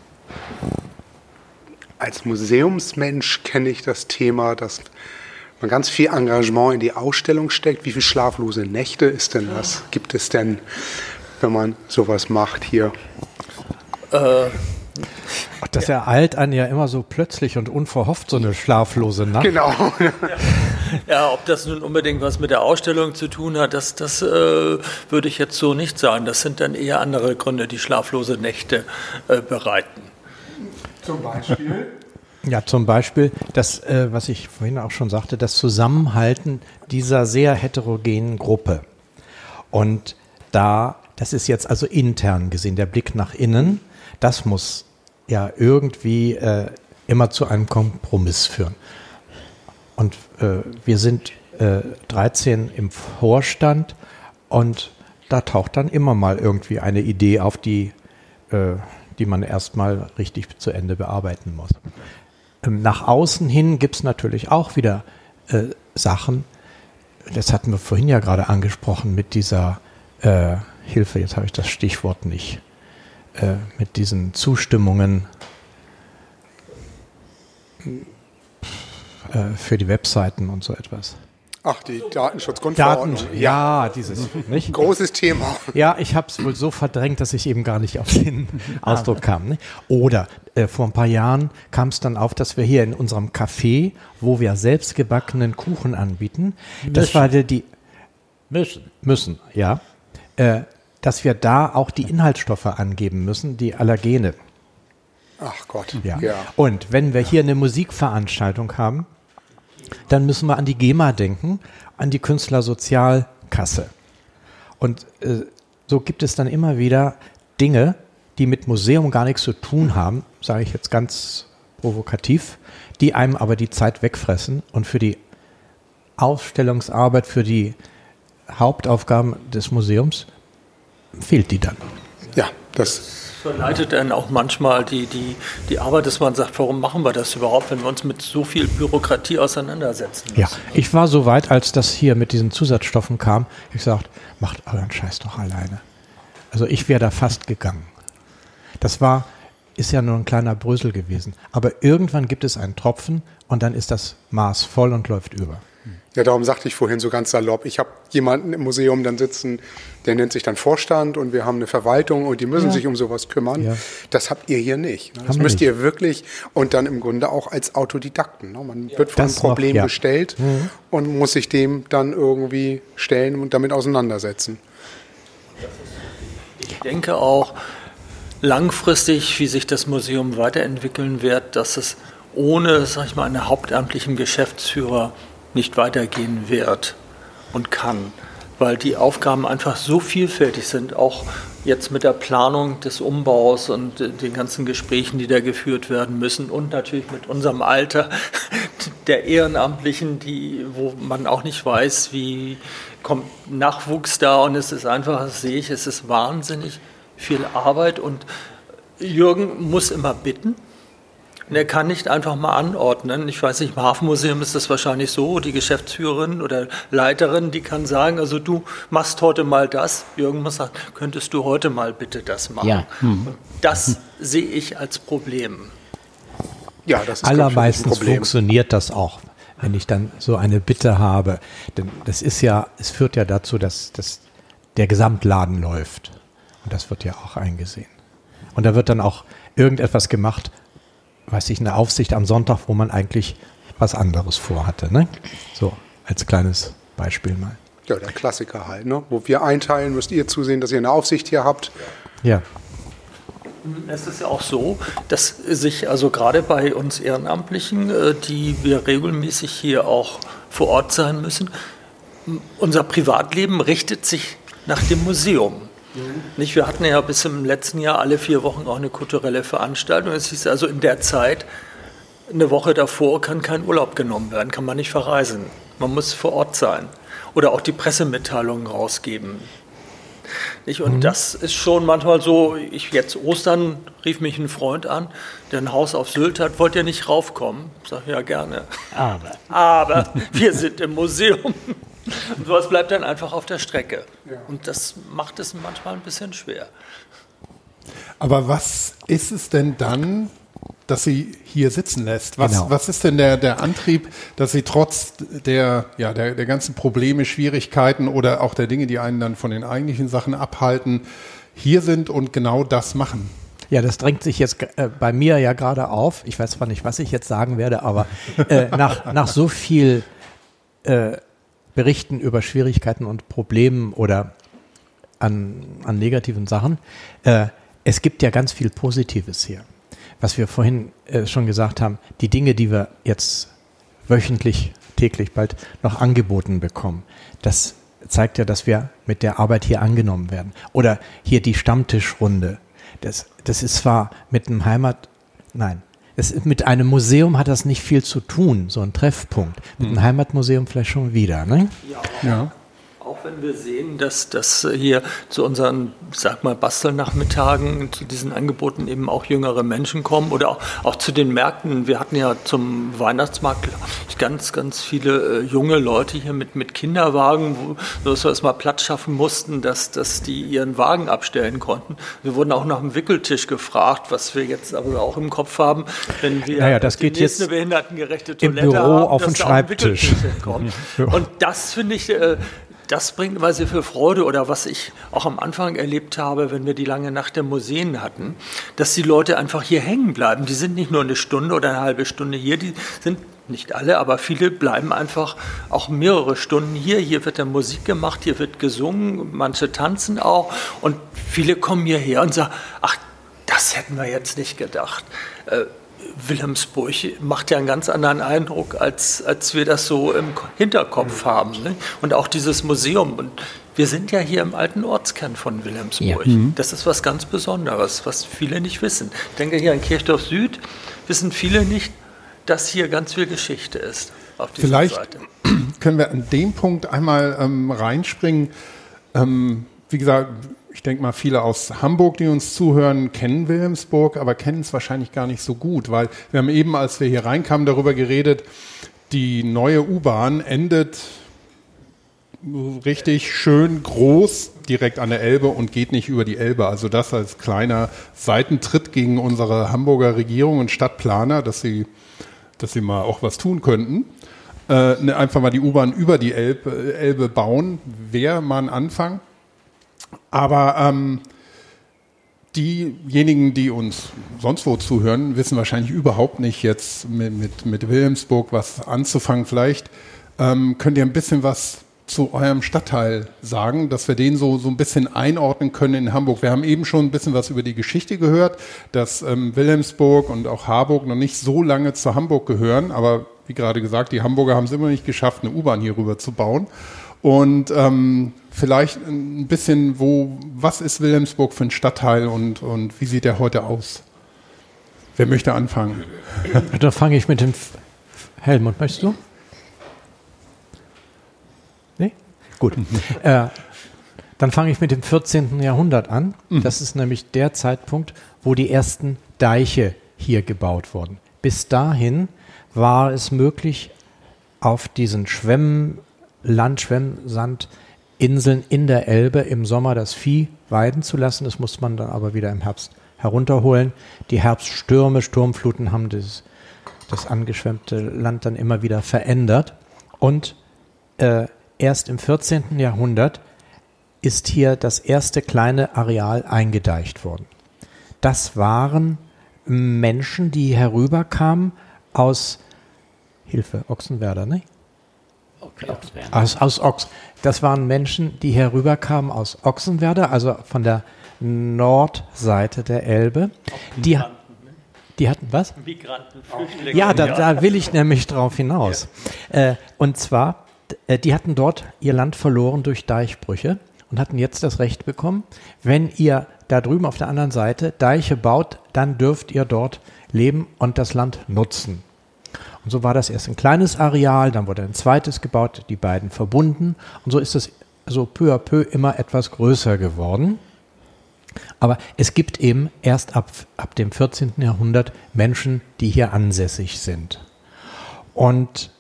Als Museumsmensch kenne ich das Thema, dass man ganz viel Engagement in die Ausstellung steckt. Wie viele schlaflose Nächte ist denn das? Gibt es denn, wenn man sowas macht hier? Das ereilt einen ja immer so plötzlich und unverhofft, so eine schlaflose Nacht. Genau. Ja, ob das nun unbedingt was mit der Ausstellung zu tun hat, das würde ich jetzt so nicht sagen. Das sind dann eher andere Gründe, die schlaflose Nächte bereiten. Zum Beispiel? Ja, zum Beispiel das, was ich vorhin auch schon sagte, das Zusammenhalten dieser sehr heterogenen Gruppe. Und das ist jetzt also intern gesehen, der Blick nach innen, das muss ja irgendwie immer zu einem Kompromiss führen. Und wir sind 13 im Vorstand und da taucht dann immer mal irgendwie eine Idee auf, die man erstmal richtig zu Ende bearbeiten muss. Nach außen hin gibt es natürlich auch wieder Sachen, das hatten wir vorhin ja gerade angesprochen mit dieser Hilfe, jetzt habe ich das Stichwort nicht, mit diesen Zustimmungen für die Webseiten und so etwas. Ach, die Datenschutzgrundverordnung. Ja, dieses nicht? Großes Thema. Ja, ich habe es wohl so verdrängt, dass ich eben gar nicht auf den Ausdruck kam. Ne? Oder vor ein paar Jahren kam es dann auf, dass wir hier in unserem Café, wo wir selbstgebackenen Kuchen anbieten, das war die müssen, ja, dass wir da auch die Inhaltsstoffe angeben müssen, die Allergene. Ach Gott. Ja. Und wenn wir hier eine Musikveranstaltung haben, dann müssen wir an die GEMA denken, an die Künstlersozialkasse. Und so gibt es dann immer wieder Dinge, die mit Museum gar nichts zu tun haben, sage ich jetzt ganz provokativ, die einem aber die Zeit wegfressen und für die Ausstellungsarbeit, für die Hauptaufgaben des Museums fehlt die dann. Ja, das verleitet dann auch manchmal die Arbeit, dass man sagt, warum machen wir das überhaupt, wenn wir uns mit so viel Bürokratie auseinandersetzen müssen? Ja, ich war so weit, als das hier mit diesen Zusatzstoffen kam, ich sagte, macht euren Scheiß doch alleine. Also ich wäre da fast gegangen. Das ist ja nur ein kleiner Brösel gewesen. Aber irgendwann gibt es einen Tropfen und dann ist das Maß voll und läuft über. Ja, darum sagte ich vorhin so ganz salopp, ich habe jemanden im Museum dann sitzen, der nennt sich dann Vorstand und wir haben eine Verwaltung und die müssen sich um sowas kümmern. Ja. Das habt ihr hier nicht. Das müsst ihr wirklich und dann im Grunde auch als Autodidakten. Man wird vor ein Problem gestellt und muss sich dem dann irgendwie stellen und damit auseinandersetzen. Ich denke auch langfristig, wie sich das Museum weiterentwickeln wird, dass es ohne, sag ich mal, einen hauptamtlichen Geschäftsführer nicht weitergehen wird und kann, weil die Aufgaben einfach so vielfältig sind, auch jetzt mit der Planung des Umbaus und den ganzen Gesprächen, die da geführt werden müssen und natürlich mit unserem Alter der Ehrenamtlichen, wo man auch nicht weiß, wie kommt Nachwuchs da und es ist einfach, das sehe ich, es ist wahnsinnig viel Arbeit und Jürgen muss immer bitten. Und er kann nicht einfach mal anordnen. Ich weiß nicht, im Hafenmuseum ist das wahrscheinlich so, die Geschäftsführerin oder Leiterin, die kann sagen, also du machst heute mal das. Jürgen muss sagen, könntest du heute mal bitte das machen? Ja. Und das sehe ich als Problem. Ja, das ist allermeistens funktioniert das auch, wenn ich dann so eine Bitte habe. Denn das ist ja, es führt ja dazu, dass der Gesamtladen läuft. Und das wird ja auch eingesehen. Und da wird dann auch irgendetwas gemacht, weiß ich, eine Aufsicht am Sonntag, wo man eigentlich was anderes vorhatte. Ne? So, als kleines Beispiel mal. Ja, der Klassiker halt, ne? Wo wir einteilen, müsst ihr zusehen, dass ihr eine Aufsicht hier habt. Ja. Es ist ja auch so, dass sich also gerade bei uns Ehrenamtlichen, die wir regelmäßig hier auch vor Ort sein müssen, unser Privatleben richtet sich nach dem Museum. Nicht? Wir hatten ja bis im letzten Jahr alle 4 Wochen auch eine kulturelle Veranstaltung. Es hieß also in der Zeit, eine Woche davor kann kein Urlaub genommen werden, kann man nicht verreisen. Man muss vor Ort sein oder auch die Pressemitteilungen rausgeben. Nicht? Und das ist schon manchmal so, jetzt Ostern rief mich ein Freund an, der ein Haus auf Sylt hat, wollt ihr nicht raufkommen? Ich sage, ja gerne. Aber wir sind im Museum. Und sowas bleibt dann einfach auf der Strecke. Ja. Und das macht es manchmal ein bisschen schwer. Aber was ist es denn dann, dass sie hier sitzen lässt? Was ist denn der Antrieb, dass sie trotz der ganzen Probleme, Schwierigkeiten oder auch der Dinge, die einen dann von den eigentlichen Sachen abhalten, hier sind und genau das machen? Ja, das drängt sich jetzt bei mir ja gerade auf. Ich weiß zwar nicht, was ich jetzt sagen werde, aber nach so viel Berichten über Schwierigkeiten und Problemen oder an negativen Sachen, es gibt ja ganz viel Positives hier. Was wir vorhin schon gesagt haben, die Dinge, die wir jetzt wöchentlich, täglich bald noch angeboten bekommen, das zeigt ja, dass wir mit der Arbeit hier angenommen werden. Oder hier die Stammtischrunde. Das ist zwar mit einem mit einem Museum hat das nicht viel zu tun, so ein Treffpunkt. Mit einem Heimatmuseum vielleicht schon wieder, ne? Ja. Auch wenn wir sehen, dass hier zu unseren, Bastelnachmittagen, zu diesen Angeboten eben auch jüngere Menschen kommen oder auch zu den Märkten. Wir hatten ja zum Weihnachtsmarkt ganz, ganz viele junge Leute hier mit Kinderwagen, wo wir erstmal Platz schaffen mussten, dass die ihren Wagen abstellen konnten. Wir wurden auch nach dem Wickeltisch gefragt, was wir jetzt aber auch im Kopf haben, wenn wir das geht jetzt eine behindertengerechte Toilette im Büro haben, auf den Schreibtisch. Und das finde ich... Das bringt immer sehr viel Freude oder was ich auch am Anfang erlebt habe, wenn wir die lange Nacht der Museen hatten, dass die Leute einfach hier hängen bleiben. Die sind nicht nur eine Stunde oder eine halbe Stunde hier, die sind nicht alle, aber viele bleiben einfach auch mehrere Stunden hier. Hier wird dann Musik gemacht, hier wird gesungen, manche tanzen auch und viele kommen hierher und sagen, ach, das hätten wir jetzt nicht gedacht. Wilhelmsburg macht ja einen ganz anderen Eindruck, als wir das so im Hinterkopf haben. Ne? Und auch dieses Museum. Und wir sind ja hier im alten Ortskern von Wilhelmsburg. Ja. Das ist was ganz Besonderes, was viele nicht wissen. Ich denke, hier in Kirchdorf Süd wissen viele nicht, dass hier ganz viel Geschichte ist auf dieser Vielleicht Seite. Können wir an dem Punkt einmal reinspringen. Wie gesagt, ich denke mal, viele aus Hamburg, die uns zuhören, kennen Wilhelmsburg, aber kennen es wahrscheinlich gar nicht so gut, weil wir haben eben, als wir hier reinkamen, darüber geredet, die neue U-Bahn endet richtig schön groß direkt an der Elbe und geht nicht über die Elbe. Also das als kleiner Seitentritt gegen unsere Hamburger Regierung und Stadtplaner, dass sie mal auch was tun könnten. Einfach mal die U-Bahn über die Elbe bauen, wäre mal ein Anfang. Aber diejenigen, die uns sonst wo zuhören, wissen wahrscheinlich überhaupt nicht jetzt mit Wilhelmsburg was anzufangen. Vielleicht könnt ihr ein bisschen was zu eurem Stadtteil sagen, dass wir den so ein bisschen einordnen können in Hamburg. Wir haben eben schon ein bisschen was über die Geschichte gehört, dass Wilhelmsburg und auch Harburg noch nicht so lange zu Hamburg gehören. Aber wie gerade gesagt, die Hamburger haben es immer nicht geschafft, eine U-Bahn hier rüber zu bauen. Und vielleicht ein bisschen, was ist Wilhelmsburg für ein Stadtteil und wie sieht der heute aus? Wer möchte anfangen? Da fange ich mit dem Helmut, möchtest du? Nee? Gut. Dann fange ich mit dem 14. Jahrhundert an. Das ist nämlich der Zeitpunkt, wo die ersten Deiche hier gebaut wurden. Bis dahin war es möglich, auf diesen Schwemmsandinseln in der Elbe im Sommer das Vieh weiden zu lassen. Das muss man dann aber wieder im Herbst herunterholen. Die Herbststürme, Sturmfluten haben das angeschwemmte Land dann immer wieder verändert. Und erst im 14. Jahrhundert ist hier das erste kleine Areal eingedeicht worden. Das waren Menschen, die herüberkamen aus Hilfe, Ochsenwerder, ne? Ochsenwerder. Aus Ochs. Das waren Menschen, die herüberkamen aus Ochsenwerder, also von der Nordseite der Elbe. Die hatten was? Migranten, Flüchtlinge. Ja, da will ich nämlich drauf hinaus. Ja. Und zwar, die hatten dort ihr Land verloren durch Deichbrüche und hatten jetzt das Recht bekommen, wenn ihr da drüben auf der anderen Seite Deiche baut, dann dürft ihr dort leben und das Land nutzen. Und so war das erst ein kleines Areal, dann wurde ein zweites gebaut, die beiden verbunden. Und so ist es so peu à peu immer etwas größer geworden. Aber es gibt eben erst ab dem 14. Jahrhundert Menschen, die hier ansässig sind. Und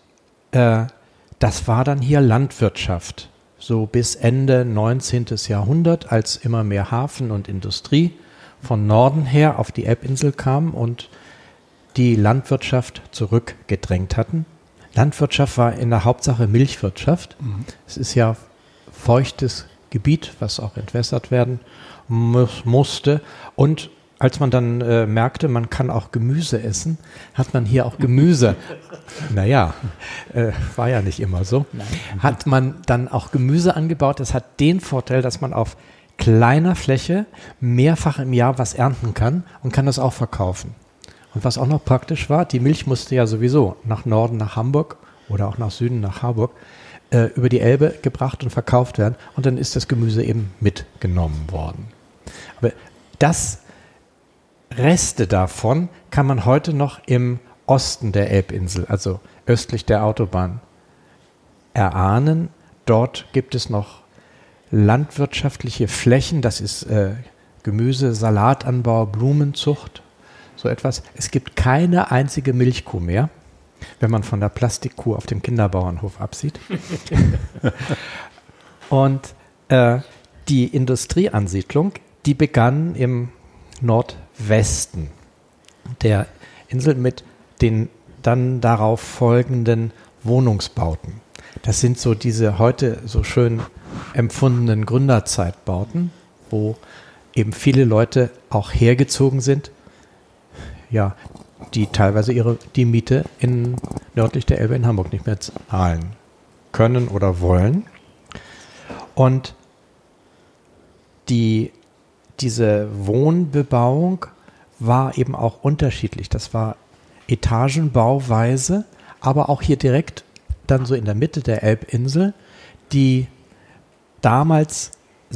das war dann hier Landwirtschaft. So bis Ende 19. Jahrhundert, als immer mehr Hafen und Industrie von Norden her auf die Elbinsel kam und die Landwirtschaft zurückgedrängt hatten. Landwirtschaft war in der Hauptsache Milchwirtschaft. Es ist ja feuchtes Gebiet, was auch entwässert werden musste. Und als man dann merkte, man kann auch Gemüse essen, hat man hier auch Gemüse. Naja, war ja nicht immer so. Hat man dann auch Gemüse angebaut. Das hat den Vorteil, dass man auf kleiner Fläche mehrfach im Jahr was ernten kann und kann das auch verkaufen. Und was auch noch praktisch war, die Milch musste ja sowieso nach Norden, nach Hamburg oder auch nach Süden, nach Harburg, über die Elbe gebracht und verkauft werden. Und dann ist das Gemüse eben mitgenommen worden. Aber das Reste davon kann man heute noch im Osten der Elbinsel, also östlich der Autobahn, erahnen. Dort gibt es noch landwirtschaftliche Flächen, das ist Gemüse, Salatanbau, Blumenzucht, so etwas. Es gibt keine einzige Milchkuh mehr, wenn man von der Plastikkuh auf dem Kinderbauernhof absieht. Und die Industrieansiedlung, die begann im Nordwesten der Insel mit den dann darauf folgenden Wohnungsbauten. Das sind so diese heute so schön empfundenen Gründerzeitbauten, wo eben viele Leute auch hergezogen sind, ja, die teilweise die Miete nördlich der Elbe in Hamburg nicht mehr zahlen können oder wollen. Und diese Wohnbebauung war eben auch unterschiedlich. Das war Etagenbauweise, aber auch hier direkt dann so in der Mitte der Elbinsel, die damals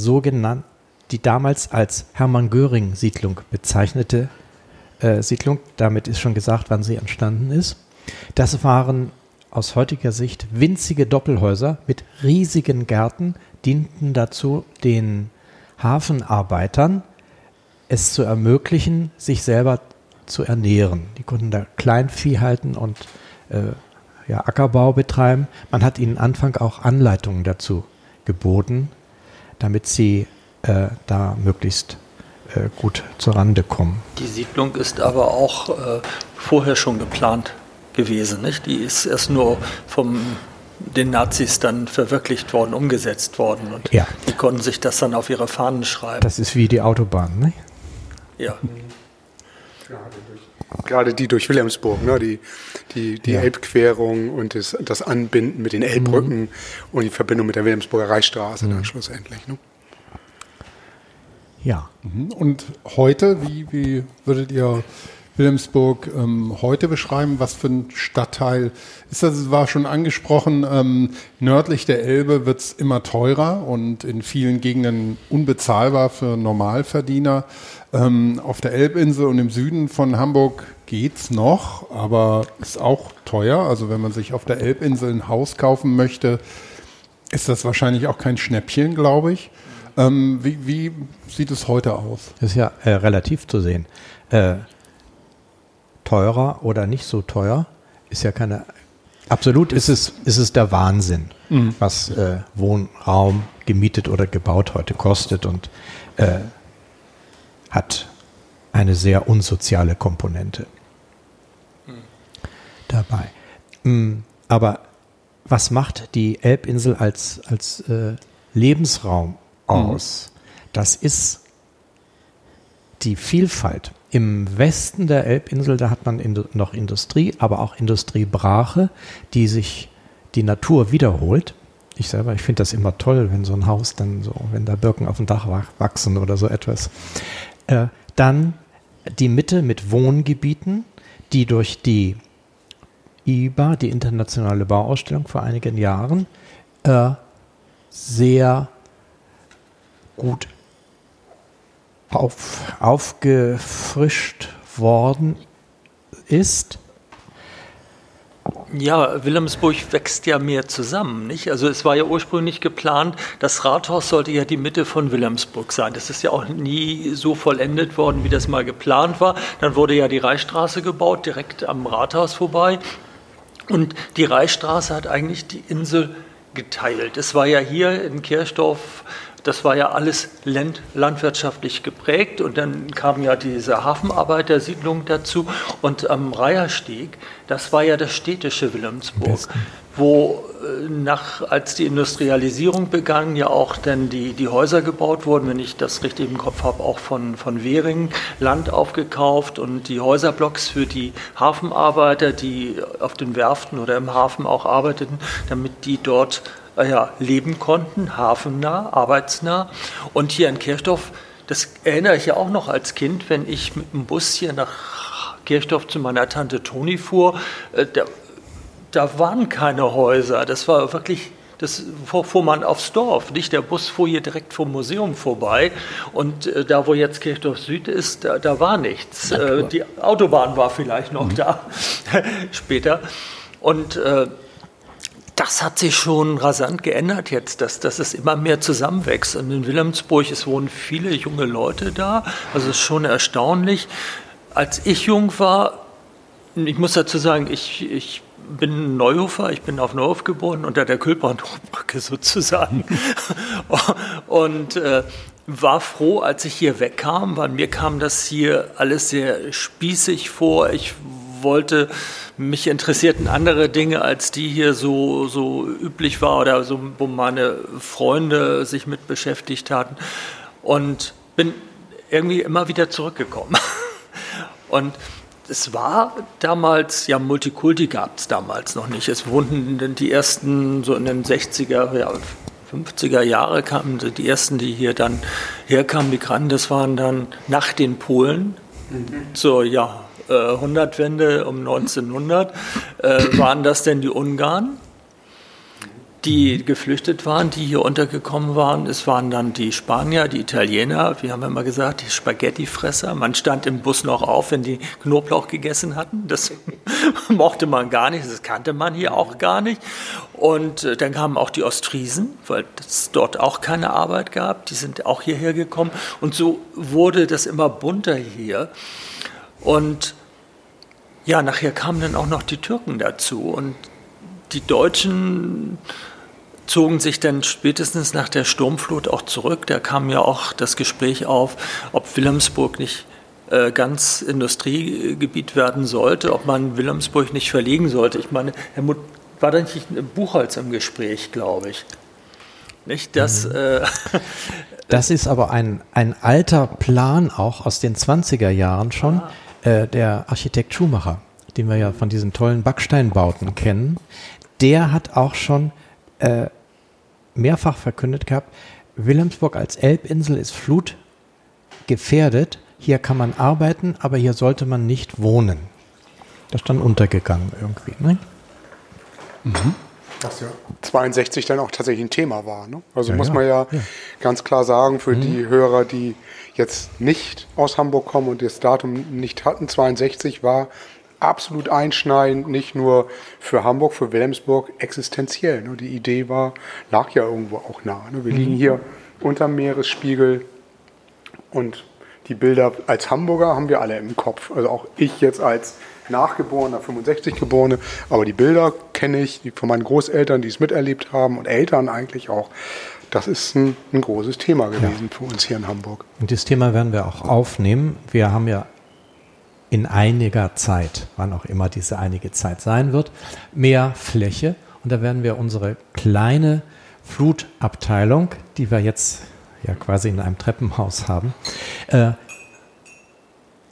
als Hermann-Göring-Siedlung bezeichnete Siedlung. Damit ist schon gesagt, wann sie entstanden ist. Das waren aus heutiger Sicht winzige Doppelhäuser mit riesigen Gärten, dienten dazu, den Hafenarbeitern es zu ermöglichen, sich selber zu ernähren. Die konnten da Kleinvieh halten und Ackerbau betreiben. Man hat ihnen Anfang auch Anleitungen dazu geboten, damit sie da möglichst gut zur Rande kommen. Die Siedlung ist aber auch vorher schon geplant gewesen, nicht? Die ist erst nur von den Nazis dann verwirklicht worden, umgesetzt worden und die konnten sich das dann auf ihre Fahnen schreiben. Das ist wie die Autobahn, ne? Ja. Gerade die durch Wilhelmsburg, ne? Die Elbquerung und das Anbinden mit den Elbbrücken und die Verbindung mit der Wilhelmsburger Reichsstraße dann schlussendlich. Ne? Ja. Und heute, wie würdet ihr Wilhelmsburg heute beschreiben? Was für ein Stadtteil ist das? Es war schon angesprochen, nördlich der Elbe wird es immer teurer und in vielen Gegenden unbezahlbar für Normalverdiener. Auf der Elbinsel und im Süden von Hamburg geht's noch, aber ist auch teuer. Also wenn man sich auf der Elbinsel ein Haus kaufen möchte, ist das wahrscheinlich auch kein Schnäppchen, glaube ich. Wie sieht es heute aus? Das ist ja relativ zu sehen. Teurer oder nicht so teuer ist ja keine. Absolut ist es der Wahnsinn, was Wohnraum gemietet oder gebaut heute kostet und hat eine sehr unsoziale Komponente dabei. Aber was macht die Elbinsel als Lebensraum aus? Das ist die Vielfalt im Westen der Elbinsel, da hat man noch Industrie, aber auch Industriebrache, die sich die Natur wiederholt. Ich finde das immer toll, wenn so ein Haus dann so, wenn da Birken auf dem Dach wachsen oder so etwas. Dann die Mitte mit Wohngebieten, die durch die IBA, die Internationale Bauausstellung vor einigen Jahren, sehr gut aufgefrischt worden ist. Ja, Wilhelmsburg wächst ja mehr zusammen, nicht? Also es war ja ursprünglich geplant, das Rathaus sollte ja die Mitte von Wilhelmsburg sein. Das ist ja auch nie so vollendet worden, wie das mal geplant war. Dann wurde ja die Reichsstraße gebaut, direkt am Rathaus vorbei. Und die Reichsstraße hat eigentlich die Insel geteilt. Es war ja hier in Kirchdorf, das war ja alles landwirtschaftlich geprägt und dann kam ja diese Hafenarbeitersiedlung dazu und am Reihersteg, das war ja das städtische Wilhelmsburg, wo als die Industrialisierung begann, ja auch dann die Häuser gebaut wurden, wenn ich das richtig im Kopf habe, auch von Währing Land aufgekauft und die Häuserblocks für die Hafenarbeiter, die auf den Werften oder im Hafen auch arbeiteten, damit die dort leben konnten, hafennah, arbeitsnah. Und hier in Kirchdorf, das erinnere ich ja auch noch als Kind, wenn ich mit dem Bus hier nach Kirchdorf zu meiner Tante Toni fuhr, da waren keine Häuser, das war wirklich, das fuhr man aufs Dorf, nicht? Der Bus fuhr hier direkt vom Museum vorbei und da, wo jetzt Kirchdorf Süd ist, da war nichts. Die Autobahn war vielleicht noch da, später. Und das hat sich schon rasant geändert jetzt, dass es immer mehr zusammenwächst. Und in Wilhelmsburg, es wohnen viele junge Leute da. Also es ist schon erstaunlich. Als ich jung war, ich muss dazu sagen, ich bin Neuhofer, ich bin auf Neuhof geboren, unter der Kühlbrandbrücke sozusagen. Und war froh, als ich hier wegkam, weil mir kam das hier alles sehr spießig vor. Mich interessierten andere Dinge, als die hier so üblich war oder so, wo meine Freunde sich mit beschäftigt hatten und bin irgendwie immer wieder zurückgekommen. Und es war damals, ja, Multikulti gab es damals noch nicht. Es wohnten die ersten, so in den 60er, 50er Jahre kamen die ersten, die hier dann herkamen, Migranten, das waren dann nach den Polen, Jahrhundertwende um 1900, waren das denn die Ungarn, die geflüchtet waren, die hier untergekommen waren. Es waren dann die Spanier, die Italiener, wir haben immer gesagt, die Spaghettifresser. Man stand im Bus noch auf, wenn die Knoblauch gegessen hatten. Das mochte man gar nicht, das kannte man hier auch gar nicht. Und dann kamen auch die Ostfriesen, weil es dort auch keine Arbeit gab. Die sind auch hierher gekommen. Und so wurde das immer bunter hier. Und ja, nachher kamen dann auch noch die Türken dazu. Und die Deutschen zogen sich dann spätestens nach der Sturmflut auch zurück. Da kam ja auch das Gespräch auf, ob Wilhelmsburg nicht ganz Industriegebiet werden sollte, ob man Wilhelmsburg nicht verlegen sollte. Ich meine, Helmut, war da nicht ein Buchholz im Gespräch, glaube ich? Nicht, das ist aber ein alter Plan auch aus den 20er Jahren schon, der Architekt Schumacher, den wir ja von diesen tollen Backsteinbauten kennen. Der hat auch schon mehrfach verkündet gehabt, Wilhelmsburg als Elbinsel ist flutgefährdet. Hier kann man arbeiten, aber hier sollte man nicht wohnen. Das ist dann untergegangen irgendwie. Ne? Mhm. Was ja 62 dann auch tatsächlich ein Thema war. Ne? Also muss man ja ganz klar sagen, für die Hörer, die jetzt nicht aus Hamburg kommen und das Datum nicht hatten, 62 war absolut einschneidend, nicht nur für Hamburg, für Wilhelmsburg, existenziell. Ne? Die Idee lag ja irgendwo auch nah. Ne? Wir liegen hier unterm Meeresspiegel und die Bilder als Hamburger haben wir alle im Kopf. Also auch ich jetzt als Nachgeborener, 65 Geborene, aber die Bilder kenne ich von meinen Großeltern, die es miterlebt haben und Eltern eigentlich auch. Das ist ein großes Thema gewesen für uns hier in Hamburg. Und das Thema werden wir auch aufnehmen. Wir haben ja in einiger Zeit, wann auch immer diese einige Zeit sein wird, mehr Fläche. Und da werden wir unsere kleine Flutabteilung, die wir jetzt ja quasi in einem Treppenhaus haben,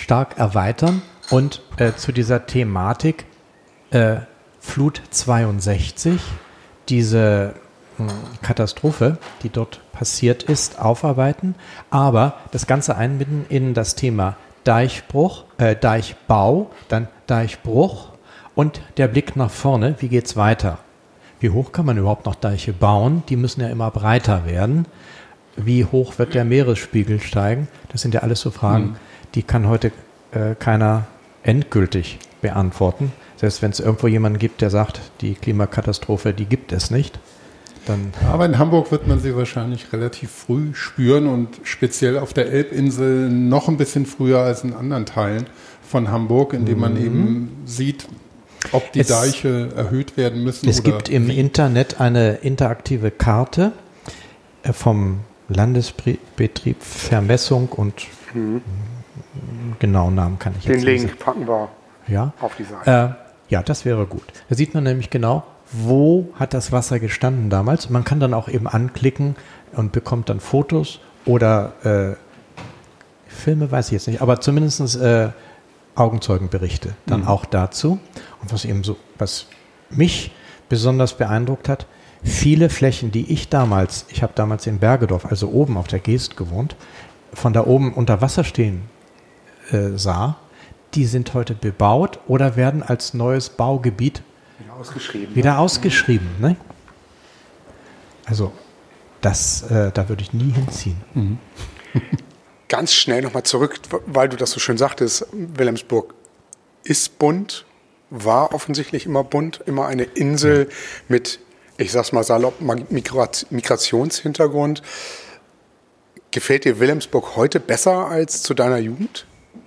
stark erweitern und zu dieser Thematik Flut 62, diese Katastrophe, die dort passiert ist, aufarbeiten, aber das Ganze einbinden in das Thema Deichbau, dann Deichbruch und der Blick nach vorne, wie geht's weiter? Wie hoch kann man überhaupt noch Deiche bauen? Die müssen ja immer breiter werden. Wie hoch wird der Meeresspiegel steigen? Das sind ja alles so Fragen, die kann heute keiner endgültig beantworten. Selbst wenn es irgendwo jemanden gibt, der sagt, die Klimakatastrophe, die gibt es nicht. Dann aber in Hamburg wird man sie wahrscheinlich relativ früh spüren und speziell auf der Elbinsel noch ein bisschen früher als in anderen Teilen von Hamburg, indem man eben sieht, ob die Deiche erhöht werden müssen. Es gibt im Internet eine interaktive Karte vom Landesbetrieb Vermessung und genauen Namen kann ich jetzt nicht sagen. Den Link packen wir auf die Seite. Ja, das wäre gut. Da sieht man nämlich genau, wo hat das Wasser gestanden damals. Man kann dann auch eben anklicken und bekommt dann Fotos oder Filme, weiß ich jetzt nicht, aber zumindest Augenzeugenberichte dann auch dazu. Und was mich besonders beeindruckt hat, viele Flächen, die ich habe damals in Bergedorf, also oben auf der Geest gewohnt, von da oben unter Wasser stehen sah, die sind heute bebaut oder werden als neues Baugebiet wieder ausgeschrieben. Ne? Also da würde ich nie hinziehen. Ganz schnell nochmal zurück, weil du das so schön sagtest, Wilhelmsburg ist bunt, war offensichtlich immer bunt, immer eine Insel mit, ich sag's mal salopp, Migrationshintergrund. Gefällt dir Wilhelmsburg heute besser als zu deiner Jugend?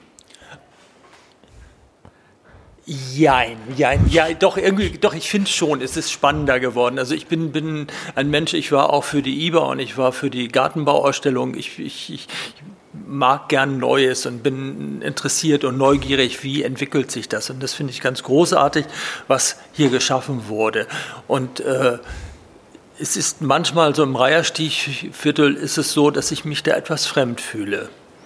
Ja, doch, ich finde schon, es ist spannender geworden. Also ich bin ein Mensch, ich war auch für die IBA und ich war für die Gartenbauausstellung. Ich mag gern Neues und bin interessiert und neugierig, wie entwickelt sich das. Und das finde ich ganz großartig, was hier geschaffen wurde. Und es ist manchmal so im Reiherstichviertel ist es so, dass ich mich da etwas fremd fühle.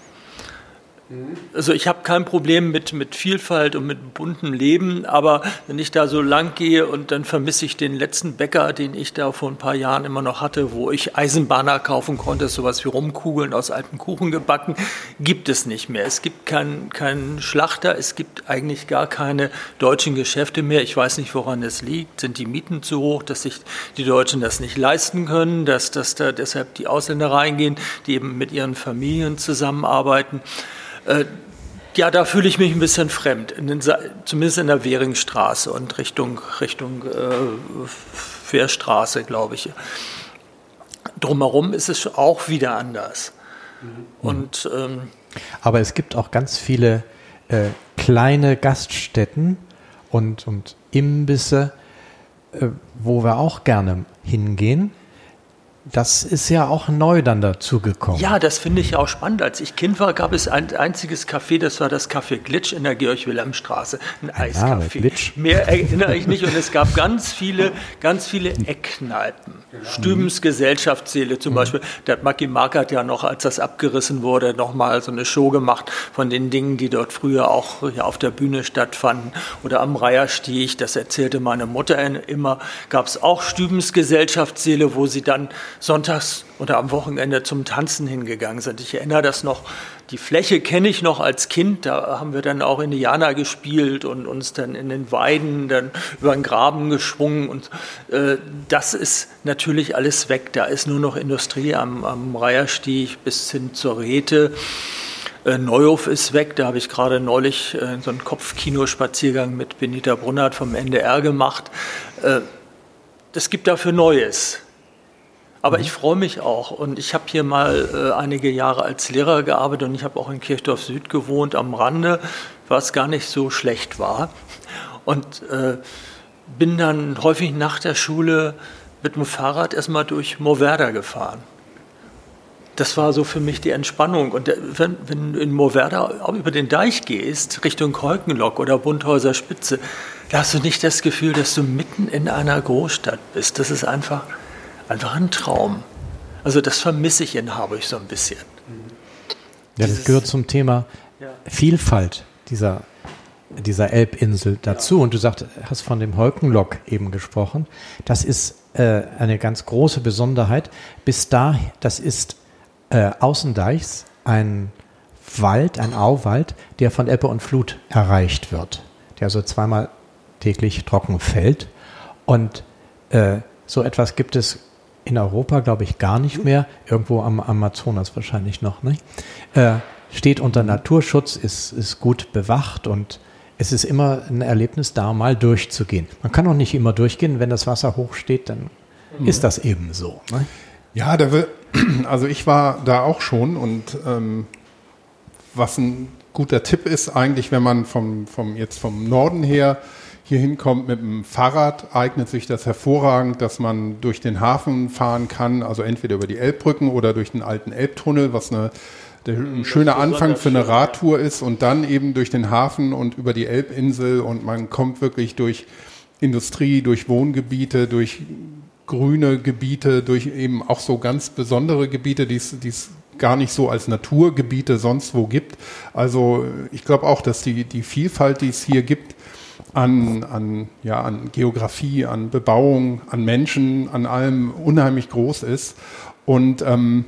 Also ich habe kein Problem mit Vielfalt und mit buntem Leben, aber wenn ich da so lang gehe und dann vermisse ich den letzten Bäcker, den ich da vor ein paar Jahren immer noch hatte, wo ich Eisenbahner kaufen konnte, sowas wie Rumkugeln aus alten Kuchen gebacken, gibt es nicht mehr. Es gibt keinen Schlachter, es gibt eigentlich gar keine deutschen Geschäfte mehr. Ich weiß nicht, woran es liegt. Sind die Mieten zu hoch, dass sich die Deutschen das nicht leisten können, dass da deshalb die Ausländer reingehen, die eben mit ihren Familien zusammenarbeiten? Ja, da fühle ich mich ein bisschen fremd, zumindest in der Währingstraße und Richtung Fährstraße, glaube ich. Drumherum ist es auch wieder anders. Und, aber es gibt auch ganz viele kleine Gaststätten und Imbisse, wo wir auch gerne hingehen. Das ist ja auch neu dann dazugekommen. Ja, das finde ich auch spannend. Als ich Kind war, gab es ein einziges Café, das war das Café Glitsch in der Georg-Wilhelm-Straße. Ein Eiscafé. Glitsch. Mehr erinnere ich nicht. Und es gab ganz viele Eckkneipen. Stübens Gesellschaftssäle zum Beispiel. Der hat Maggi Markert ja noch, als das abgerissen wurde, nochmal so eine Show gemacht von den Dingen, die dort früher auch auf der Bühne stattfanden. Oder am Reiherstieg, das erzählte meine Mutter immer, gab es auch Stübens Gesellschaftssäle, wo sie dann sonntags oder am Wochenende zum Tanzen hingegangen sind. Ich erinnere das noch, die Fläche kenne ich noch als Kind, da haben wir dann auch Indianer gespielt und uns dann in den Weiden dann über den Graben geschwungen und das ist natürlich alles weg. Da ist nur noch Industrie am Reiherstieg bis hin zur Räte. Neuhof ist weg, da habe ich gerade neulich so einen Kopfkinospaziergang mit Benita Brunnert vom NDR gemacht. Es gibt dafür Neues. Aber ich freue mich auch und ich habe hier mal einige Jahre als Lehrer gearbeitet und ich habe auch in Kirchdorf Süd gewohnt am Rande, was gar nicht so schlecht war. Und bin dann häufig nach der Schule mit dem Fahrrad erstmal durch Moorwerder gefahren. Das war so für mich die Entspannung. Und wenn du in Moorwerder über den Deich gehst, Richtung Kolkenlock oder Bunthäuser Spitze, da hast du nicht das Gefühl, dass du mitten in einer Großstadt bist. Das ist einfach ein Traum. Also das vermisse ich in Harburg so ein bisschen. Ja, das gehört zum Thema Vielfalt dieser Elbinsel dazu. Und du hast von dem Holkenlok eben gesprochen. Das ist eine ganz große Besonderheit. Bis da, das ist Außendeichs ein Wald, ein Auwald, der von Ebbe und Flut erreicht wird, der also zweimal täglich trocken fällt. Und so etwas gibt es in Europa, glaube ich, gar nicht mehr. Irgendwo am Amazonas wahrscheinlich noch. Ne? Steht unter Naturschutz, ist gut bewacht und es ist immer ein Erlebnis, da mal durchzugehen. Man kann auch nicht immer durchgehen, wenn das Wasser hoch steht, dann ist das eben so. Ne? Ja, also ich war da auch schon und was ein guter Tipp ist eigentlich, wenn man vom Norden her hier hinkommt mit dem Fahrrad, eignet sich das hervorragend, dass man durch den Hafen fahren kann, also entweder über die Elbbrücken oder durch den alten Elbtunnel, was ein schöner Anfang für eine Radtour ist und dann eben durch den Hafen und über die Elbinsel und man kommt wirklich durch Industrie, durch Wohngebiete, durch grüne Gebiete, durch eben auch so ganz besondere Gebiete, die es gar nicht so als Naturgebiete sonst wo gibt. Also ich glaube auch, dass die Vielfalt, die es hier gibt, an Geografie, an Bebauung, an Menschen, an allem unheimlich groß ist. Und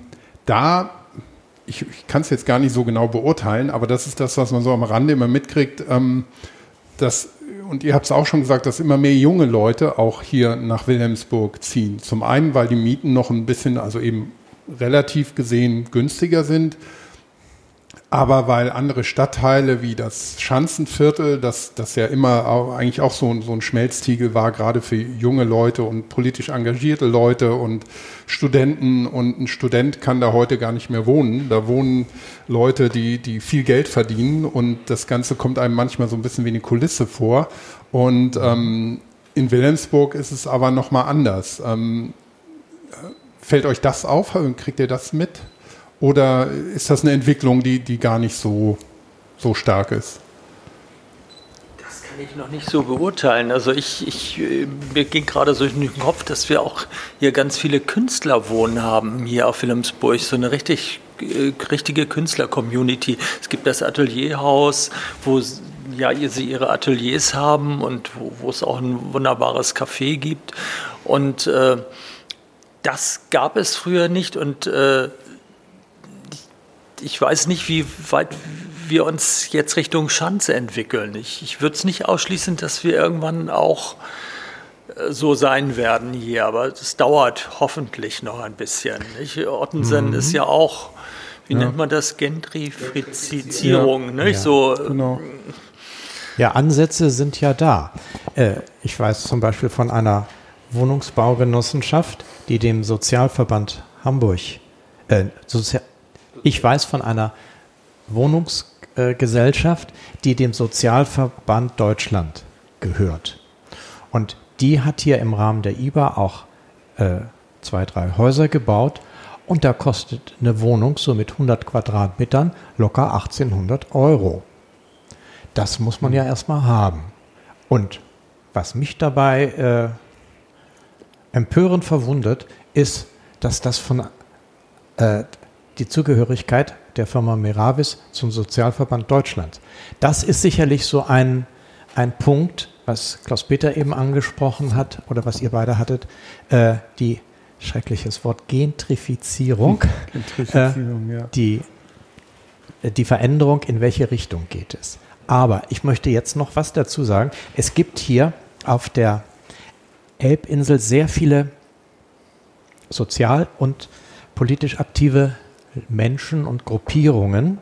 ich kann es jetzt gar nicht so genau beurteilen, aber das ist das, was man so am Rande immer mitkriegt, und ihr habt es auch schon gesagt, dass immer mehr junge Leute auch hier nach Wilhelmsburg ziehen. Zum einen, weil die Mieten noch ein bisschen, also eben relativ gesehen günstiger sind, aber weil andere Stadtteile wie das Schanzenviertel, das ja immer eigentlich auch so ein Schmelztiegel war, gerade für junge Leute und politisch engagierte Leute und Studenten, und ein Student kann da heute gar nicht mehr wohnen. Da wohnen Leute, die viel Geld verdienen und das Ganze kommt einem manchmal so ein bisschen wie eine Kulisse vor. Und in Wilhelmsburg ist es aber nochmal anders. Fällt euch das auf? Kriegt ihr das mit? Oder ist das eine Entwicklung, die gar nicht so stark ist? Das kann ich noch nicht so beurteilen. Also mir ging gerade so in den Kopf, dass wir auch hier ganz viele Künstler wohnen haben, hier auf Wilhelmsburg. So eine richtige Künstler-Community. Es gibt das Atelierhaus, wo sie ihre Ateliers haben und wo es auch ein wunderbares Café gibt. Und das gab es früher nicht und ich weiß nicht, wie weit wir uns jetzt Richtung Schanze entwickeln. Ich würde es nicht ausschließen, dass wir irgendwann auch so sein werden hier, aber es dauert hoffentlich noch ein bisschen. Nicht? Ottensen ist ja auch, wie nennt man das, Gentrifizierung. Nicht? Ja, so, genau. Ja, Ansätze sind ja da. Ich weiß zum Beispiel von einer Wohnungsbaugenossenschaft, die dem Sozialverband Hamburg, ich weiß von einer Wohnungsgesellschaft, die dem Sozialverband Deutschland gehört. Und die hat hier im Rahmen der IBA auch 2, 3 Häuser gebaut und da kostet eine Wohnung so mit 100 Quadratmetern locker 1800 €. Das muss man ja erstmal haben. Und was mich dabei empörend verwundert, ist, dass das von die Zugehörigkeit der Firma Meravis zum Sozialverband Deutschland. Das ist sicherlich so ein Punkt, was Klaus-Peter eben angesprochen hat oder was ihr beide hattet, die schreckliches Wort Gentrifizierung. Ja. Die Veränderung, in welche Richtung geht es. Aber ich möchte jetzt noch was dazu sagen. Es gibt hier auf der Elbinsel sehr viele sozial und politisch aktive Menschen und Gruppierungen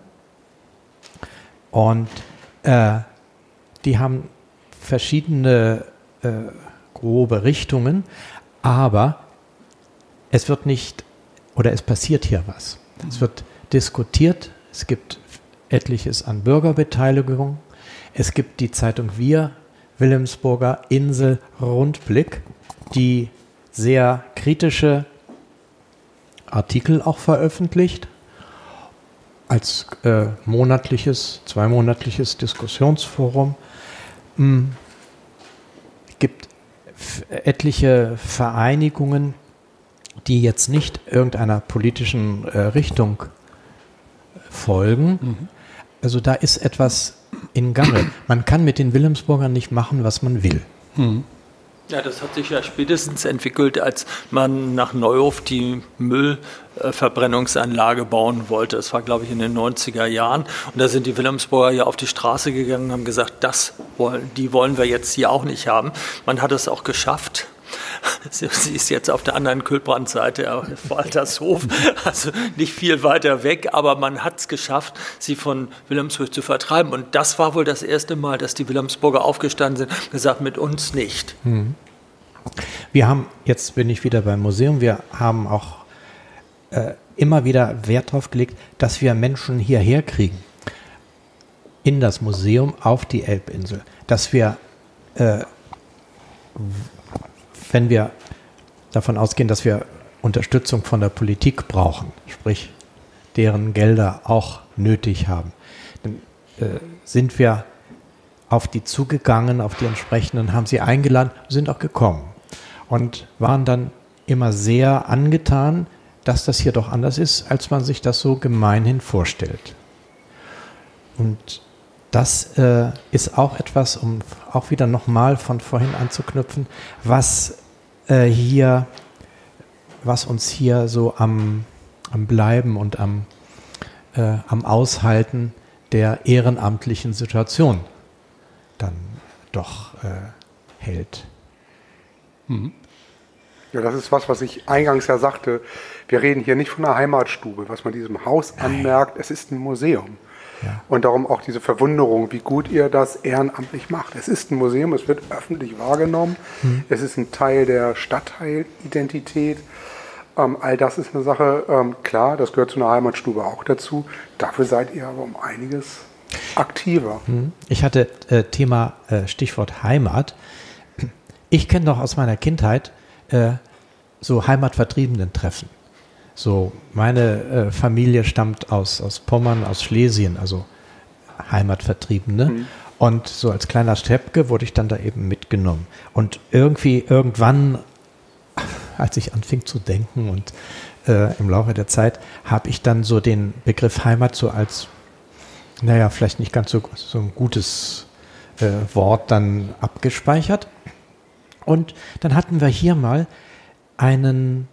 und die haben verschiedene grobe Richtungen, aber es wird nicht, oder es passiert hier was. Es wird diskutiert, es gibt etliches an Bürgerbeteiligung, es gibt die Zeitung Wir, Wilhelmsburger Insel Rundblick, die sehr kritische Artikel auch veröffentlicht, als zweimonatliches Diskussionsforum. Es gibt etliche Vereinigungen, die jetzt nicht irgendeiner politischen Richtung folgen, also da ist etwas in Gange. Man kann mit den Wilhelmsburgern nicht machen, was man will. Ja, das hat sich ja spätestens entwickelt, als man nach Neuhof die Müllverbrennungsanlage bauen wollte. Das war, glaube ich, in den 90er Jahren. Und da sind die Wilhelmsburger ja auf die Straße gegangen und haben gesagt, die wollen wir jetzt hier auch nicht haben. Man hat es auch geschafft. Sie ist jetzt auf der anderen Kühlbrandseite, Waltershof, also nicht viel weiter weg, aber man hat es geschafft, sie von Wilhelmsburg zu vertreiben. Und das war wohl das erste Mal, dass die Wilhelmsburger aufgestanden sind und gesagt, mit uns nicht. Wir haben, jetzt bin ich wieder beim Museum, wir haben auch immer wieder Wert darauf gelegt, dass wir Menschen hierher kriegen, in das Museum auf die Elbinsel, dass wir wenn wir davon ausgehen, dass wir Unterstützung von der Politik brauchen, sprich deren Gelder auch nötig haben, dann sind wir auf die zugegangen, auf die entsprechenden, haben sie eingeladen, sind auch gekommen und waren dann immer sehr angetan, dass das hier doch anders ist, als man sich das so gemeinhin vorstellt. Und das ist auch etwas, um auch wieder nochmal von vorhin anzuknüpfen, was uns hier so am Bleiben und am Aushalten der ehrenamtlichen Situation dann doch hält. Ja, das ist was ich eingangs ja sagte. Wir reden hier nicht von einer Heimatstube, was man diesem Haus anmerkt. Es ist ein Museum. Ja. Und darum auch diese Verwunderung, wie gut ihr das ehrenamtlich macht. Es ist ein Museum, es wird öffentlich wahrgenommen. Es ist ein Teil der Stadtteilidentität. All das ist eine Sache, klar, das gehört zu einer Heimatstube auch dazu. Dafür seid ihr aber um einiges aktiver. Ich hatte Thema Stichwort Heimat. Ich kenne doch aus meiner Kindheit so Heimatvertriebenen-Treffen. So, meine Familie stammt aus Pommern, aus Schlesien, also Heimatvertriebene. Und so als kleiner Steppke wurde ich dann da eben mitgenommen. Und irgendwann, als ich anfing zu denken und im Laufe der Zeit, habe ich dann so den Begriff Heimat so als, vielleicht nicht ganz so ein gutes Wort dann abgespeichert. Und dann hatten wir hier mal einen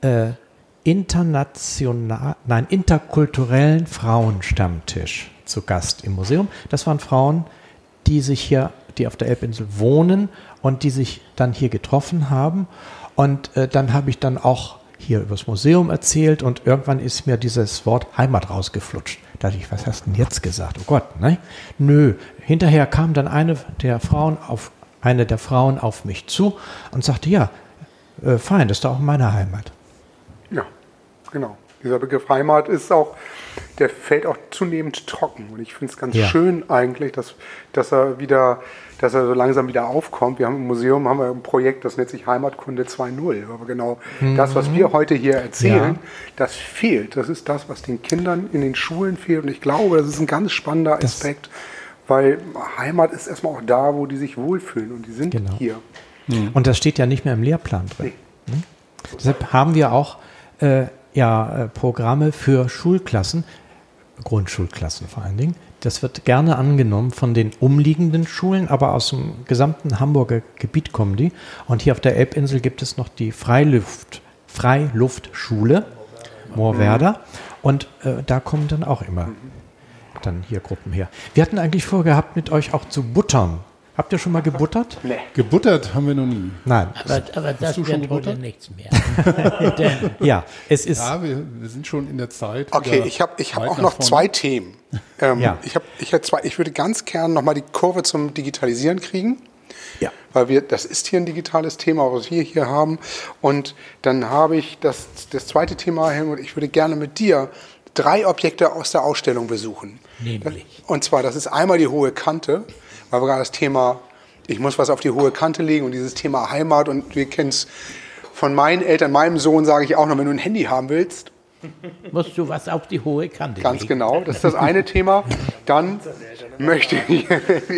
interkulturellen Frauenstammtisch zu Gast im Museum. Das waren Frauen, die auf der Elbinsel wohnen und die sich dann hier getroffen haben. Und dann habe ich dann auch hier über das Museum erzählt und irgendwann ist mir dieses Wort Heimat rausgeflutscht. Da dachte ich, was hast du denn jetzt gesagt? Oh Gott, ne? Nö. Hinterher kam dann eine der Frauen auf mich zu und sagte, ja, fein, das ist doch auch meine Heimat. Ja, genau. Dieser Begriff Heimat der fällt auch zunehmend trocken. Und ich finde es ganz schön eigentlich, dass er so langsam wieder aufkommt. Wir haben im Museum ein Projekt, das nennt sich Heimatkunde 2.0. Aber genau das, was wir heute hier erzählen, das fehlt. Das ist das, was den Kindern in den Schulen fehlt. Und ich glaube, das ist ein ganz spannender Aspekt, weil Heimat ist erstmal auch da, wo die sich wohlfühlen. Und die sind hier. Und das steht ja nicht mehr im Lehrplan drin. Nee. Deshalb haben wir auch Programme für Schulklassen, Grundschulklassen vor allen Dingen. Das wird gerne angenommen von den umliegenden Schulen, aber aus dem gesamten Hamburger Gebiet kommen die. Und hier auf der Elbinsel gibt es noch die Freiluftschule Moorwerder. Und da kommen dann auch immer dann hier Gruppen her. Wir hatten eigentlich vorgehabt, mit euch auch zu buttern. Habt ihr schon mal gebuttert? Nee. Gebuttert haben wir noch nie. Nein. Aber das wird heute nichts mehr. Ja, es ist. Ja, wir sind schon in der Zeit. Okay, ich hab auch noch zwei Themen. Ich würde ganz gern nochmal die Kurve zum Digitalisieren kriegen. Ja. Weil das ist hier ein digitales Thema, was wir hier haben. Und dann habe ich das zweite Thema, Helmut, ich würde gerne mit dir 3 Objekte aus der Ausstellung besuchen. Nämlich. Und zwar, das ist einmal die Hohe Kante, weil wir gerade das Thema, ich muss was auf die hohe Kante legen und dieses Thema Heimat und wir kennen es von meinen Eltern, meinem Sohn sage ich auch noch, wenn du ein Handy haben willst. Musst du was auf die hohe Kante Ganz legen. genau, das ist das eine Thema. Dann möchte ich,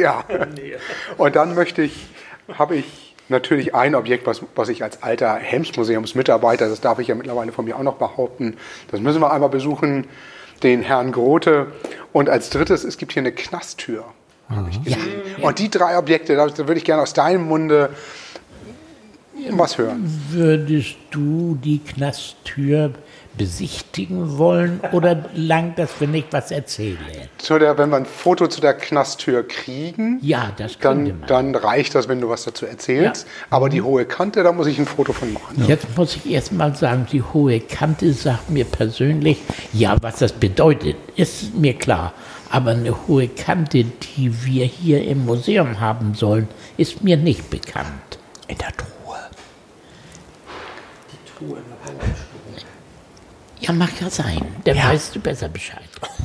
habe ich natürlich ein Objekt, was ich als alter Helms-Museumsmitarbeiter, das darf ich ja mittlerweile von mir auch noch behaupten, das müssen wir einmal besuchen. den Herrn Grote. Und als drittes, es gibt hier eine Knasttür. Ja. Und die 3 Objekte, da würde ich gerne aus deinem Munde was hören. Würdest du die Knasttür besichtigen wollen oder langt das, wenn ich was erzähle? Wenn wir ein Foto zu der Knasttür kriegen, Ja, das könnte man. dann reicht das, wenn du was dazu erzählst. Ja. Aber die hohe Kante, da muss ich ein Foto von machen. Jetzt muss ich erst mal sagen, die hohe Kante sagt mir persönlich, ja, was das bedeutet, ist mir klar. Aber eine hohe Kante, die wir hier im Museum haben sollen, ist mir nicht bekannt. In der Truhe. Ja, mag ja sein. Dann weißt du besser Bescheid.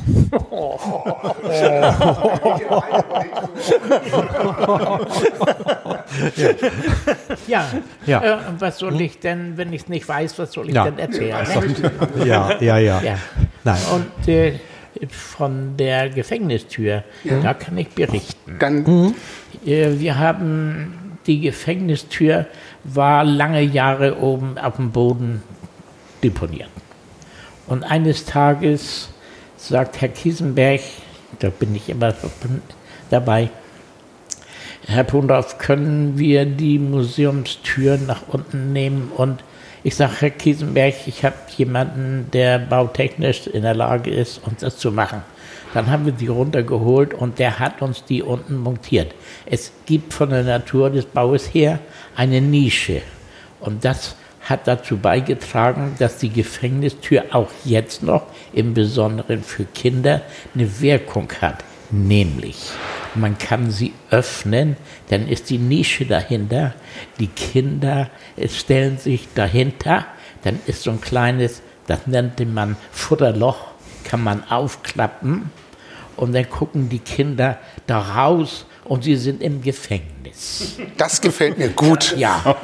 Ja. Was soll ich denn, wenn ich es nicht weiß, was soll ich denn erzählen? Ja. Nein. Und von der Gefängnistür, da kann ich berichten. Dann Wir haben, die Gefängnistür war lange Jahre oben auf dem Boden deponiert. Und eines Tages sagt Herr Kiesenberg, da bin ich immer dabei, Herr Pondorf, können wir die Museumstür nach unten nehmen? Und ich sage, Herr Kiesenberg, ich habe jemanden, der bautechnisch in der Lage ist, uns das zu machen. Dann haben wir die runtergeholt und der hat uns die unten montiert. Es gibt von der Natur des Baues her eine Nische. Und das hat dazu beigetragen, dass die Gefängnistür auch jetzt noch, im Besonderen für Kinder, eine Wirkung hat. Nämlich, man kann sie öffnen, dann ist die Nische dahinter, die Kinder stellen sich dahinter, dann ist so ein kleines, das nannte man Futterloch, kann man aufklappen und dann gucken die Kinder da raus und sie sind im Gefängnis. das gefällt mir gut. Ja.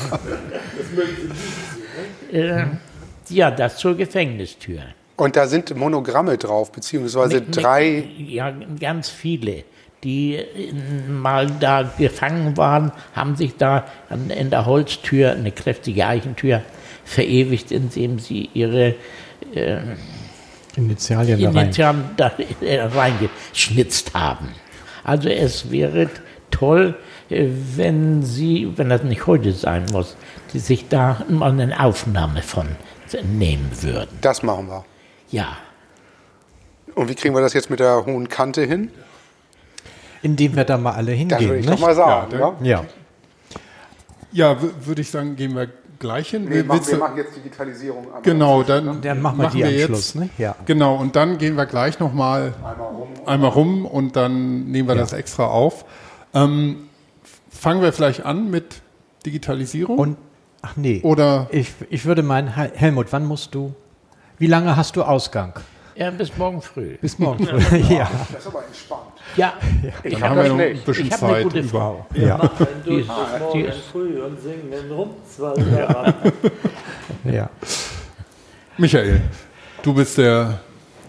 Ja, das zur Gefängnistür. Und da sind Monogramme drauf, beziehungsweise 3. Ja, ganz viele, die mal da gefangen waren, haben sich da in der Holztür, eine kräftige Eichentür, verewigt, indem sie ihre Initialien da reingeschnitzt haben. Also es wäre toll, wenn das nicht heute sein muss, die sich da mal eine Aufnahme von nehmen würden. Das machen wir. Ja. Und wie kriegen wir das jetzt mit der hohen Kante hin? Indem wir da mal alle Das hingehen. würde ich doch nicht? mal sagen. Ja, Ja, Ja. Ja, würde ich sagen, gehen wir gleich hin. Nee, Willst wir du- machen jetzt Digitalisierung. einmal. Genau, dann machen wir die am Schluss, ne? Ja. Genau, und dann gehen wir gleich nochmal einmal rum und dann nehmen wir das extra auf. Fangen wir vielleicht an mit Digitalisierung? Und, ach nee, Oder ich würde meinen, Helmut, wann musst du, wie lange hast du Ausgang? Ja, bis morgen früh. Bis morgen früh. Ja. Das ist aber entspannt. Ja, dann haben wir noch ein bisschen ich hab eine Zeit gute über. Ja. die Morgen ist, früh und singen den Rumswald. Ja. Michael, du bist der,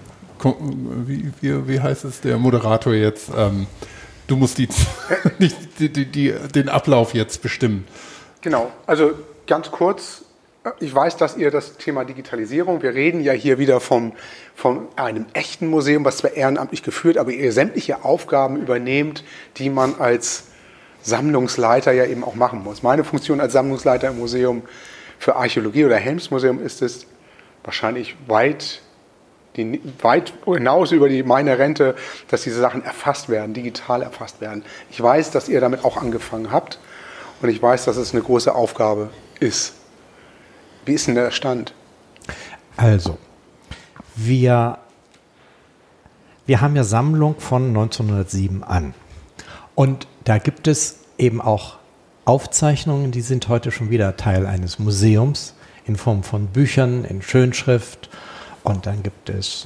wie heißt es, der Moderator jetzt. Du musst den Ablauf jetzt bestimmen. Genau, also ganz kurz, ich weiß, dass ihr das Thema Digitalisierung, wir reden ja hier wieder von einem echten Museum, was zwar ehrenamtlich geführt, aber ihr sämtliche Aufgaben übernehmt, die man als Sammlungsleiter ja eben auch machen muss. Meine Funktion als Sammlungsleiter im Museum für Archäologie oder Helmsmuseum ist es wahrscheinlich weit hinaus über meine Rente, dass diese Sachen erfasst werden, digital erfasst werden. Ich weiß, dass ihr damit auch angefangen habt und ich weiß, dass es eine große Aufgabe ist. Wie ist denn der Stand? Also, wir haben ja Sammlung von 1907 an. Und da gibt es eben auch Aufzeichnungen, die sind heute schon wieder Teil eines Museums in Form von Büchern, in Schönschrift. Und dann gibt es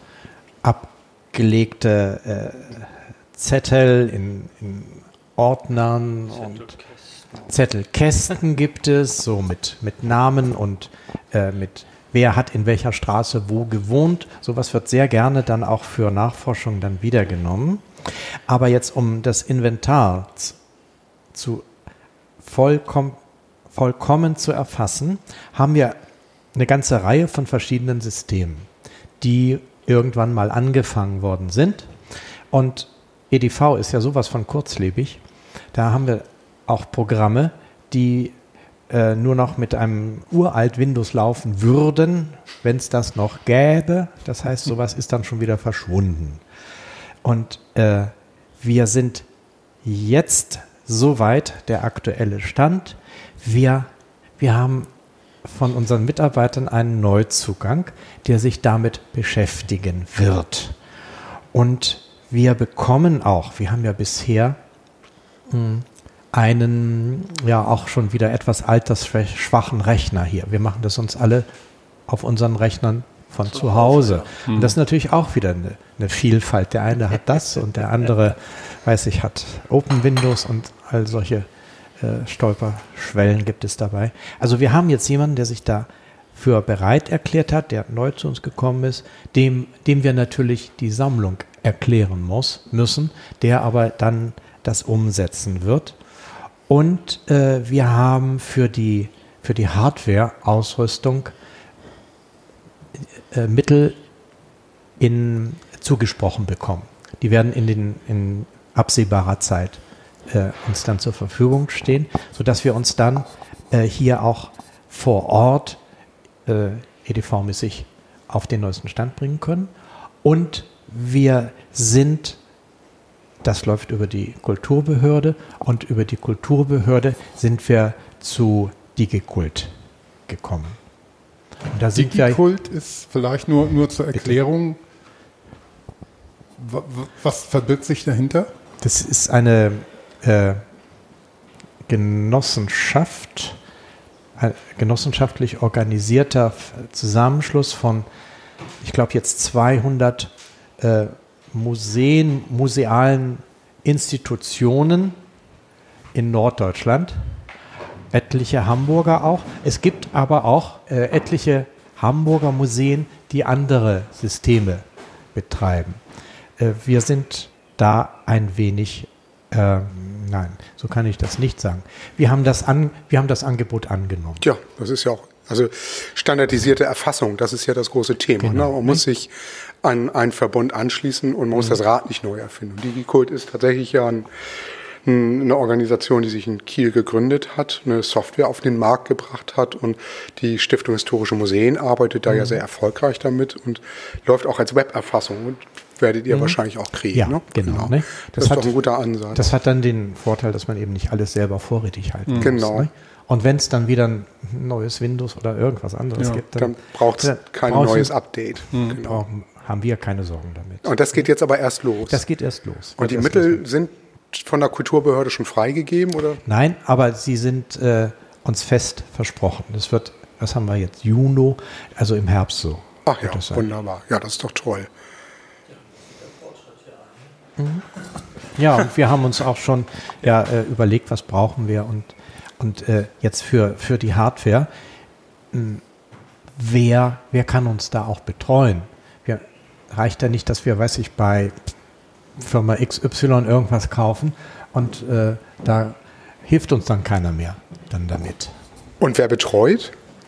abgelegte Zettel in Ordnern und Zettelkästen gibt es, so mit Namen und mit wer hat in welcher Straße wo gewohnt. Sowas wird sehr gerne dann auch für Nachforschung dann wiedergenommen. Aber jetzt, um das Inventar vollkommen zu erfassen, haben wir eine ganze Reihe von verschiedenen Systemen, die irgendwann mal angefangen worden sind. Und EDV ist ja sowas von kurzlebig. Da haben wir auch Programme, die nur noch mit einem uralt Windows laufen würden, wenn es das noch gäbe. Das heißt, sowas ist dann schon wieder verschwunden. Und wir sind jetzt soweit, der aktuelle Stand. Wir haben von unseren Mitarbeitern einen Neuzugang, der sich damit beschäftigen wird. Und wir bekommen auch, wir haben ja bisher einen, ja auch schon wieder etwas altersschwachen Rechner hier. Wir machen das uns alle auf unseren Rechnern von zu Hause. Und das ist natürlich auch wieder eine Vielfalt. Der eine hat das und der andere, weiß ich, hat Open Windows und all solche Stolperschwellen gibt es dabei. Also wir haben jetzt jemanden, der sich dafür bereit erklärt hat, der neu zu uns gekommen ist, dem wir natürlich die Sammlung erklären müssen, der aber dann das umsetzen wird. Und wir haben für die Hardware-Ausrüstung Mittel zugesprochen bekommen. Die werden in absehbarer Zeit uns dann zur Verfügung stehen, sodass wir uns dann hier auch vor Ort EDV-mäßig auf den neuesten Stand bringen können. Und wir sind, das läuft über die Kulturbehörde, und über die Kulturbehörde sind wir zu DigiCult gekommen. Und da sind DigiCult ist vielleicht nur zur Erklärung. Was verbirgt sich dahinter? Das ist eine Genossenschaft, ein genossenschaftlich organisierter Zusammenschluss von, ich glaube jetzt 200 musealen Institutionen in Norddeutschland, etliche Hamburger auch. Es gibt aber auch etliche Hamburger Museen, die andere Systeme betreiben. Wir sind da ein wenig, nein, so kann ich das nicht sagen. Wir haben das Angebot angenommen. Ja, das ist ja auch, also standardisierte Erfassung, das ist ja das große Thema. Genau. Ne? Man muss sich an einen Verbund anschließen und man muss das Rad nicht neu erfinden. DigiCult ist tatsächlich ja eine Organisation, die sich in Kiel gegründet hat, eine Software auf den Markt gebracht hat, und die Stiftung Historische Museen arbeitet da ja sehr erfolgreich damit und läuft auch als Weberfassung, und werdet ihr wahrscheinlich auch kriegen. Ja, ne? genau. Ne? Das ist doch ein guter Ansatz. Das hat dann den Vorteil, dass man eben nicht alles selber vorrätig halten muss. Genau. Ne? Und wenn es dann wieder ein neues Windows oder irgendwas anderes gibt, dann braucht es kein neues Update. Genau. Haben wir keine Sorgen damit. Und das geht jetzt aber erst los. Das geht erst los. Und die Mittel sind von der Kulturbehörde schon freigegeben, oder? Nein, aber sie sind uns fest versprochen. Das wird, was haben wir jetzt, Juni, also im Herbst so. Ach ja, wunderbar. Ja, das ist doch toll. Ja, und wir haben uns auch schon überlegt, was brauchen wir, und jetzt für die Hardware, wer kann uns da auch betreuen? Reicht ja nicht, dass wir, weiß ich, bei Firma XY irgendwas kaufen und da hilft uns dann keiner mehr dann damit. Und wer betreut?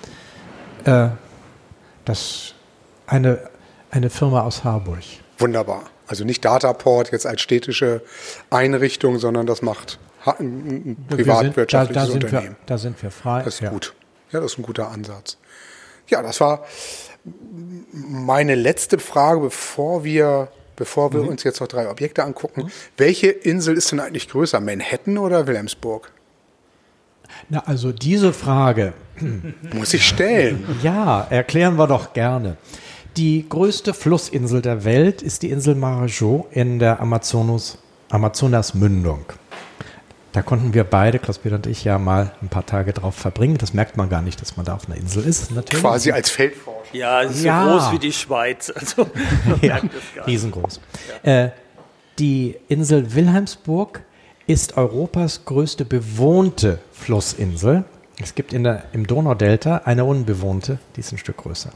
Das eine Firma aus Harburg. Wunderbar. Also nicht Dataport jetzt als städtische Einrichtung, sondern das macht ein privatwirtschaftliches Unternehmen. Da sind wir frei. Das ist gut. Ja, das ist ein guter Ansatz. Ja, das war meine letzte Frage, bevor wir uns jetzt noch 3 Objekte angucken. Welche Insel ist denn eigentlich größer, Manhattan oder Wilhelmsburg? Na, also diese Frage muss ich stellen. Ja, erklären wir doch gerne. Die größte Flussinsel der Welt ist die Insel Marajó in der Amazonasmündung. Da konnten wir beide, Klaus-Peter und ich, ja mal ein paar Tage drauf verbringen. Das merkt man gar nicht, dass man da auf einer Insel ist. Natürlich. Quasi als Feldforschung. Ja, es ist so groß wie die Schweiz. Also, ja, riesengroß. Ja. Die Insel Wilhelmsburg ist Europas größte bewohnte Flussinsel. Es gibt im Donaudelta eine unbewohnte, die ist ein Stück größer.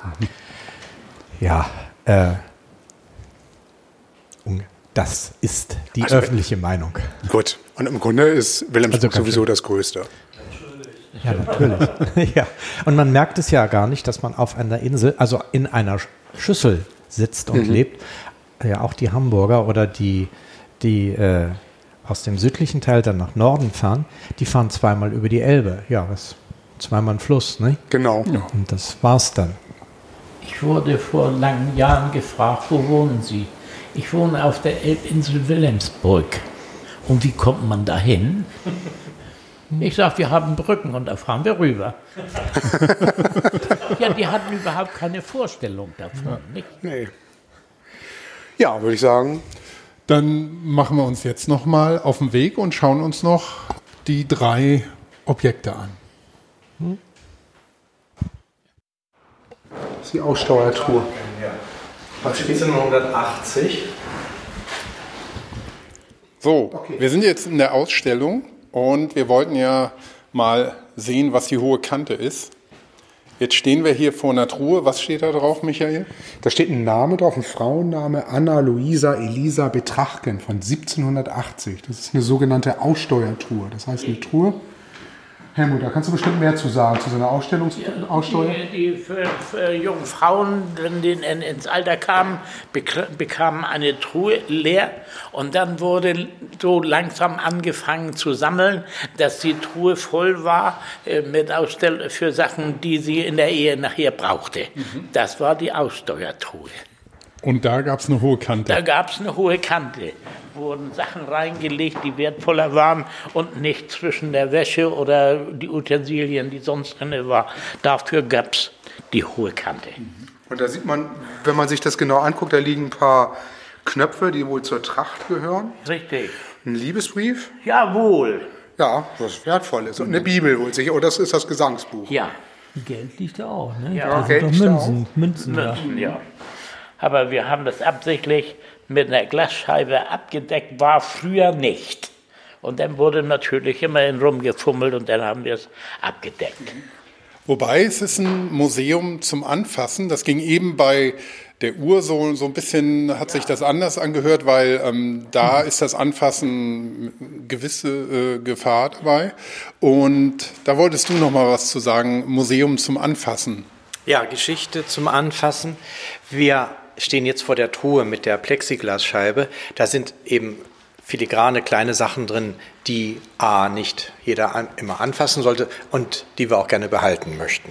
Ja, das ist die öffentliche Meinung. Gut, und im Grunde ist Wilhelmsburg sowieso das Größte. Ja, natürlich. Ja. Und man merkt es ja gar nicht, dass man auf einer Insel, also in einer Schüssel sitzt und lebt. Ja, auch die Hamburger oder die aus dem südlichen Teil dann nach Norden fahren, die fahren zweimal über die Elbe. Ja, das ist zweimal ein Fluss, ne? Genau. Ja. Und das war's dann. Ich wurde vor langen Jahren gefragt, wo wohnen Sie? Ich wohne auf der Elbinsel Wilhelmsburg. Und wie kommt man da hin? Ich sage, wir haben Brücken und da fahren wir rüber. Ja, die hatten überhaupt keine Vorstellung davon. Nicht? Nee. Ja, würde ich sagen. Dann machen wir uns jetzt nochmal auf den Weg und schauen uns noch die 3 Objekte an. Das ist die Aussteuertruhe. 1780. So, wir sind jetzt in der Ausstellung und wir wollten ja mal sehen, was die hohe Kante ist. Jetzt stehen wir hier vor einer Truhe. Was steht da drauf, Michael? Da steht ein Name drauf, ein Frauenname, Anna Luisa Elisa Betrachken von 1780. Das ist eine sogenannte Aussteuertruhe. Das heißt eine Truhe. Helmut, da kannst du bestimmt mehr zu sagen, zu so einer Aussteuer. Die für junge Frauen, wenn die ins Alter kamen, bekamen eine Truhe leer und dann wurde so langsam angefangen zu sammeln, dass die Truhe voll war mit für Sachen, die sie in der Ehe nachher brauchte. Das war die Aussteuertruhe. Und da gab es eine hohe Kante. Da gab es eine hohe Kante. Wurden Sachen reingelegt, die wertvoller waren und nicht zwischen der Wäsche oder die Utensilien, die sonst drin war. Dafür gab es die hohe Kante. Und da sieht man, wenn man sich das genau anguckt, da liegen ein paar Knöpfe, die wohl zur Tracht gehören. Richtig. Ein Liebesbrief. Jawohl. Ja, was wertvoll ist. Und eine Bibel wohl sicher. Oh, das ist das Gesangsbuch. Ja. Geld liegt da auch, ne? Ja, Da sind Geld doch liegt da Münzen, ja. Ja. Aber wir haben das absichtlich mit einer Glasscheibe abgedeckt, war früher nicht. Und dann wurde natürlich immerhin rumgefummelt und dann haben wir es abgedeckt. Wobei, es ist ein Museum zum Anfassen. Das ging eben bei der Uhr so ein bisschen, hat sich das anders angehört, weil da ist das Anfassen gewisse Gefahr dabei. Und da wolltest du noch mal was zu sagen, Museum zum Anfassen. Ja, Geschichte zum Anfassen. Wir stehen jetzt vor der Truhe mit der Plexiglasscheibe. Da sind eben filigrane kleine Sachen drin, die nicht jeder immer anfassen sollte und die wir auch gerne behalten möchten.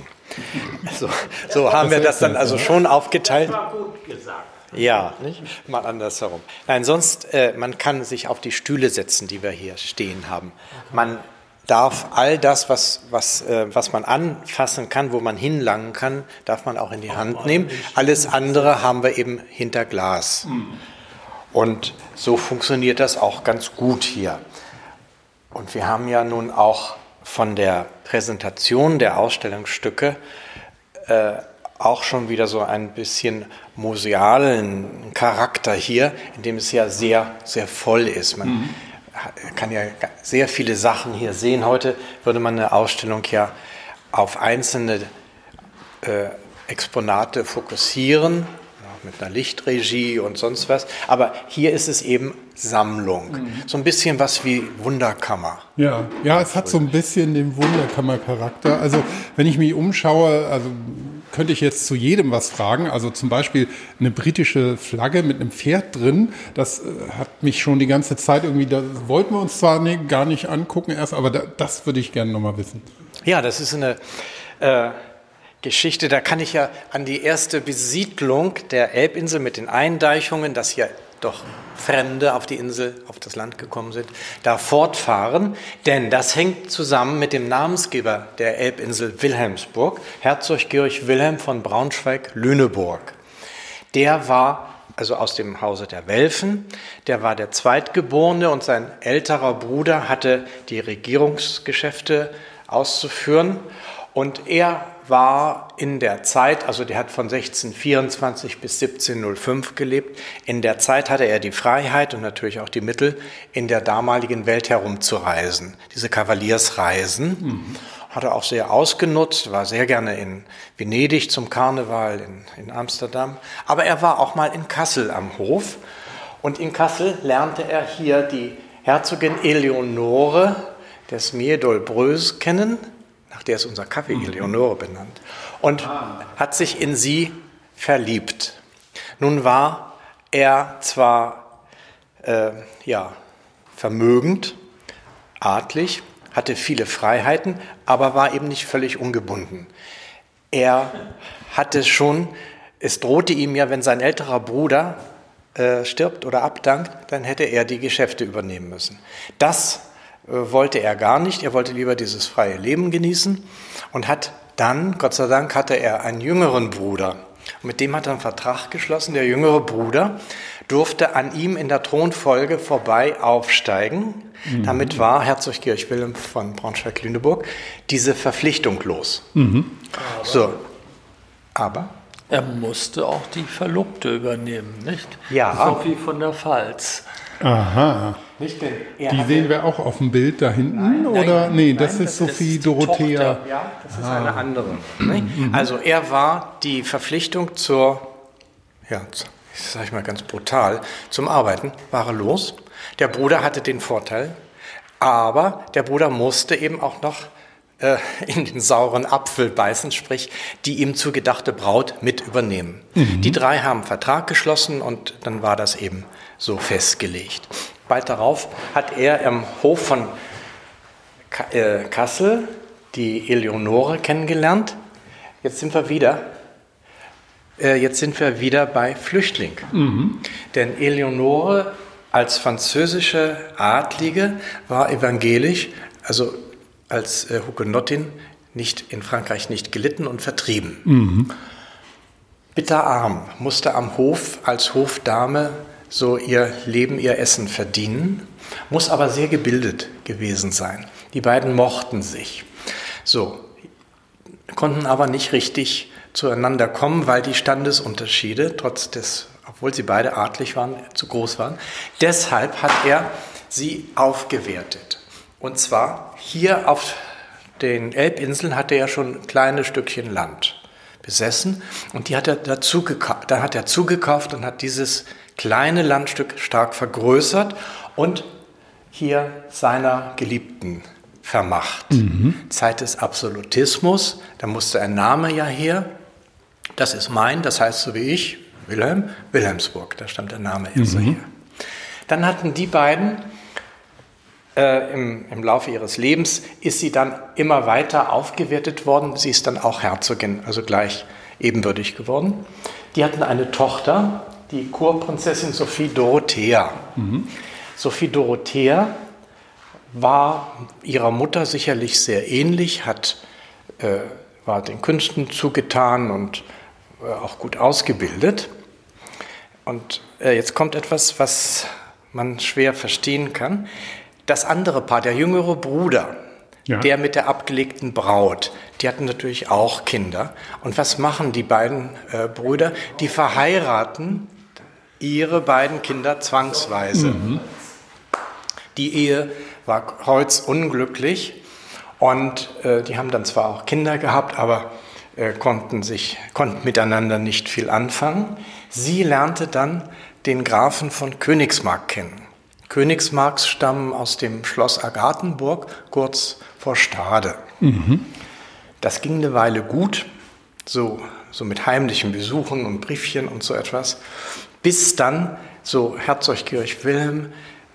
So haben wir das dann also schon aufgeteilt. Das war gut gesagt. Ja, nicht? Mal andersherum. Nein, sonst, man kann sich auf die Stühle setzen, die wir hier stehen haben. Man darf all das, was man anfassen kann, wo man hinlangen kann, darf man auch in die Hand nehmen. Alles andere haben wir eben hinter Glas. Und so funktioniert das auch ganz gut hier. Und wir haben ja nun auch von der Präsentation der Ausstellungsstücke auch schon wieder so ein bisschen musealen Charakter hier, in dem es ja sehr, sehr voll ist. Man kann ja sehr viele Sachen hier sehen. Heute würde man eine Ausstellung ja auf einzelne Exponate fokussieren, mit einer Lichtregie und sonst was. Aber hier ist es eben Sammlung. So ein bisschen was wie Wunderkammer. Ja, es hat so ein bisschen den Wunderkammer-Charakter. Also wenn ich mich umschaue, also könnte ich jetzt zu jedem was fragen. Also zum Beispiel eine britische Flagge mit einem Pferd drin. Das hat mich schon die ganze Zeit irgendwie, da wollten wir uns zwar gar nicht angucken erst, aber das würde ich gerne nochmal wissen. Ja, das ist eine Geschichte, da kann ich ja an die erste Besiedlung der Elbinsel mit den Eindeichungen, dass hier doch Fremde auf die Insel, auf das Land gekommen sind, da fortfahren. Denn das hängt zusammen mit dem Namensgeber der Elbinsel Wilhelmsburg, Herzog Georg Wilhelm von Braunschweig-Lüneburg. Der war also aus dem Hause der Welfen, der war der Zweitgeborene und sein älterer Bruder hatte die Regierungsgeschäfte auszuführen. Und er war in der Zeit, also der hat von 1624 bis 1705 gelebt, in der Zeit hatte er die Freiheit und natürlich auch die Mittel, in der damaligen Welt herumzureisen. Diese Kavaliersreisen hat er auch sehr ausgenutzt, war sehr gerne in Venedig zum Karneval, in Amsterdam. Aber er war auch mal in Kassel am Hof. Und in Kassel lernte er hier die Herzogin Eleonore des Miedolbreus kennen, nach der ist unser Kaffee Eleonore benannt, und hat sich in sie verliebt. Nun war er zwar vermögend, adlig, hatte viele Freiheiten, aber war eben nicht völlig ungebunden. Er hatte schon, es drohte ihm ja, wenn sein älterer Bruder stirbt oder abdankt, dann hätte er die Geschäfte übernehmen müssen. Das wollte er gar nicht, er wollte lieber dieses freie Leben genießen und hat dann, Gott sei Dank, hatte er einen jüngeren Bruder. Und mit dem hat er einen Vertrag geschlossen. Der jüngere Bruder durfte an ihm in der Thronfolge vorbei aufsteigen. Damit war Herzog Georg Wilhelm von Braunschweig-Lüneburg diese Verpflichtung los. Aber er musste auch die Verlobte übernehmen, nicht? Ja. Sophie von der Pfalz. Aha. nicht denn Die sehen wir auch auf dem Bild da hinten, oder? Nee, das ist Sophie Dorothea. Tochter. Ja, das ist eine andere. Also er war die Verpflichtung zur, ich sage mal ganz brutal, zum Arbeiten, war er los. Der Bruder hatte den Vorteil, aber der Bruder musste eben auch noch in den sauren Apfel beißen, sprich die ihm zugedachte Braut mit übernehmen. Die drei haben einen Vertrag geschlossen und dann war das eben so festgelegt. Bald darauf hat er im Hof von Kassel die Eleonore kennengelernt. Jetzt sind wir wieder bei Flüchtling. Denn Eleonore als französische Adlige war evangelisch, also als Hugenottin in Frankreich nicht gelitten und vertrieben. Bitterarm, musste am Hof als Hofdame so ihr Leben, ihr Essen verdienen, muss aber sehr gebildet gewesen sein. Die beiden mochten sich. Konnten aber nicht richtig zueinander kommen, weil die Standesunterschiede, obwohl sie beide adlig waren, zu groß waren. Deshalb hat er sie aufgewertet. Und zwar hier auf den Elbinseln hatte er schon ein kleines Stückchen Land besessen und die hat er zugekauft und hat dieses kleine Landstück stark vergrößert und hier seiner Geliebten vermacht. Zeit des Absolutismus, da musste ein Name ja her. Das ist mein, das heißt so wie ich, Wilhelmsburg, da stammt der Name erst her. Dann hatten die beiden im Laufe ihres Lebens ist sie dann immer weiter aufgewertet worden. Sie ist dann auch Herzogin, also gleich ebenbürtig geworden. Die hatten eine Tochter, die Kurprinzessin Sophie Dorothea. Sophie Dorothea war ihrer Mutter sicherlich sehr ähnlich, war den Künsten zugetan und auch gut ausgebildet. Und jetzt kommt etwas, was man schwer verstehen kann. Das andere Paar, der jüngere Bruder, der mit der abgelegten Braut, die hatten natürlich auch Kinder. Und was machen die beiden Brüder? Die verheiraten ihre beiden Kinder zwangsweise. Die Ehe war kreuzunglücklich und die haben dann zwar auch Kinder gehabt, aber konnten miteinander nicht viel anfangen. Sie lernte dann den Grafen von Königsmark kennen. Königsmarks stammen aus dem Schloss Agathenburg, kurz vor Stade. Das ging eine Weile gut, so mit heimlichen Besuchen und Briefchen und so etwas, bis dann so Herzog Georg Wilhelm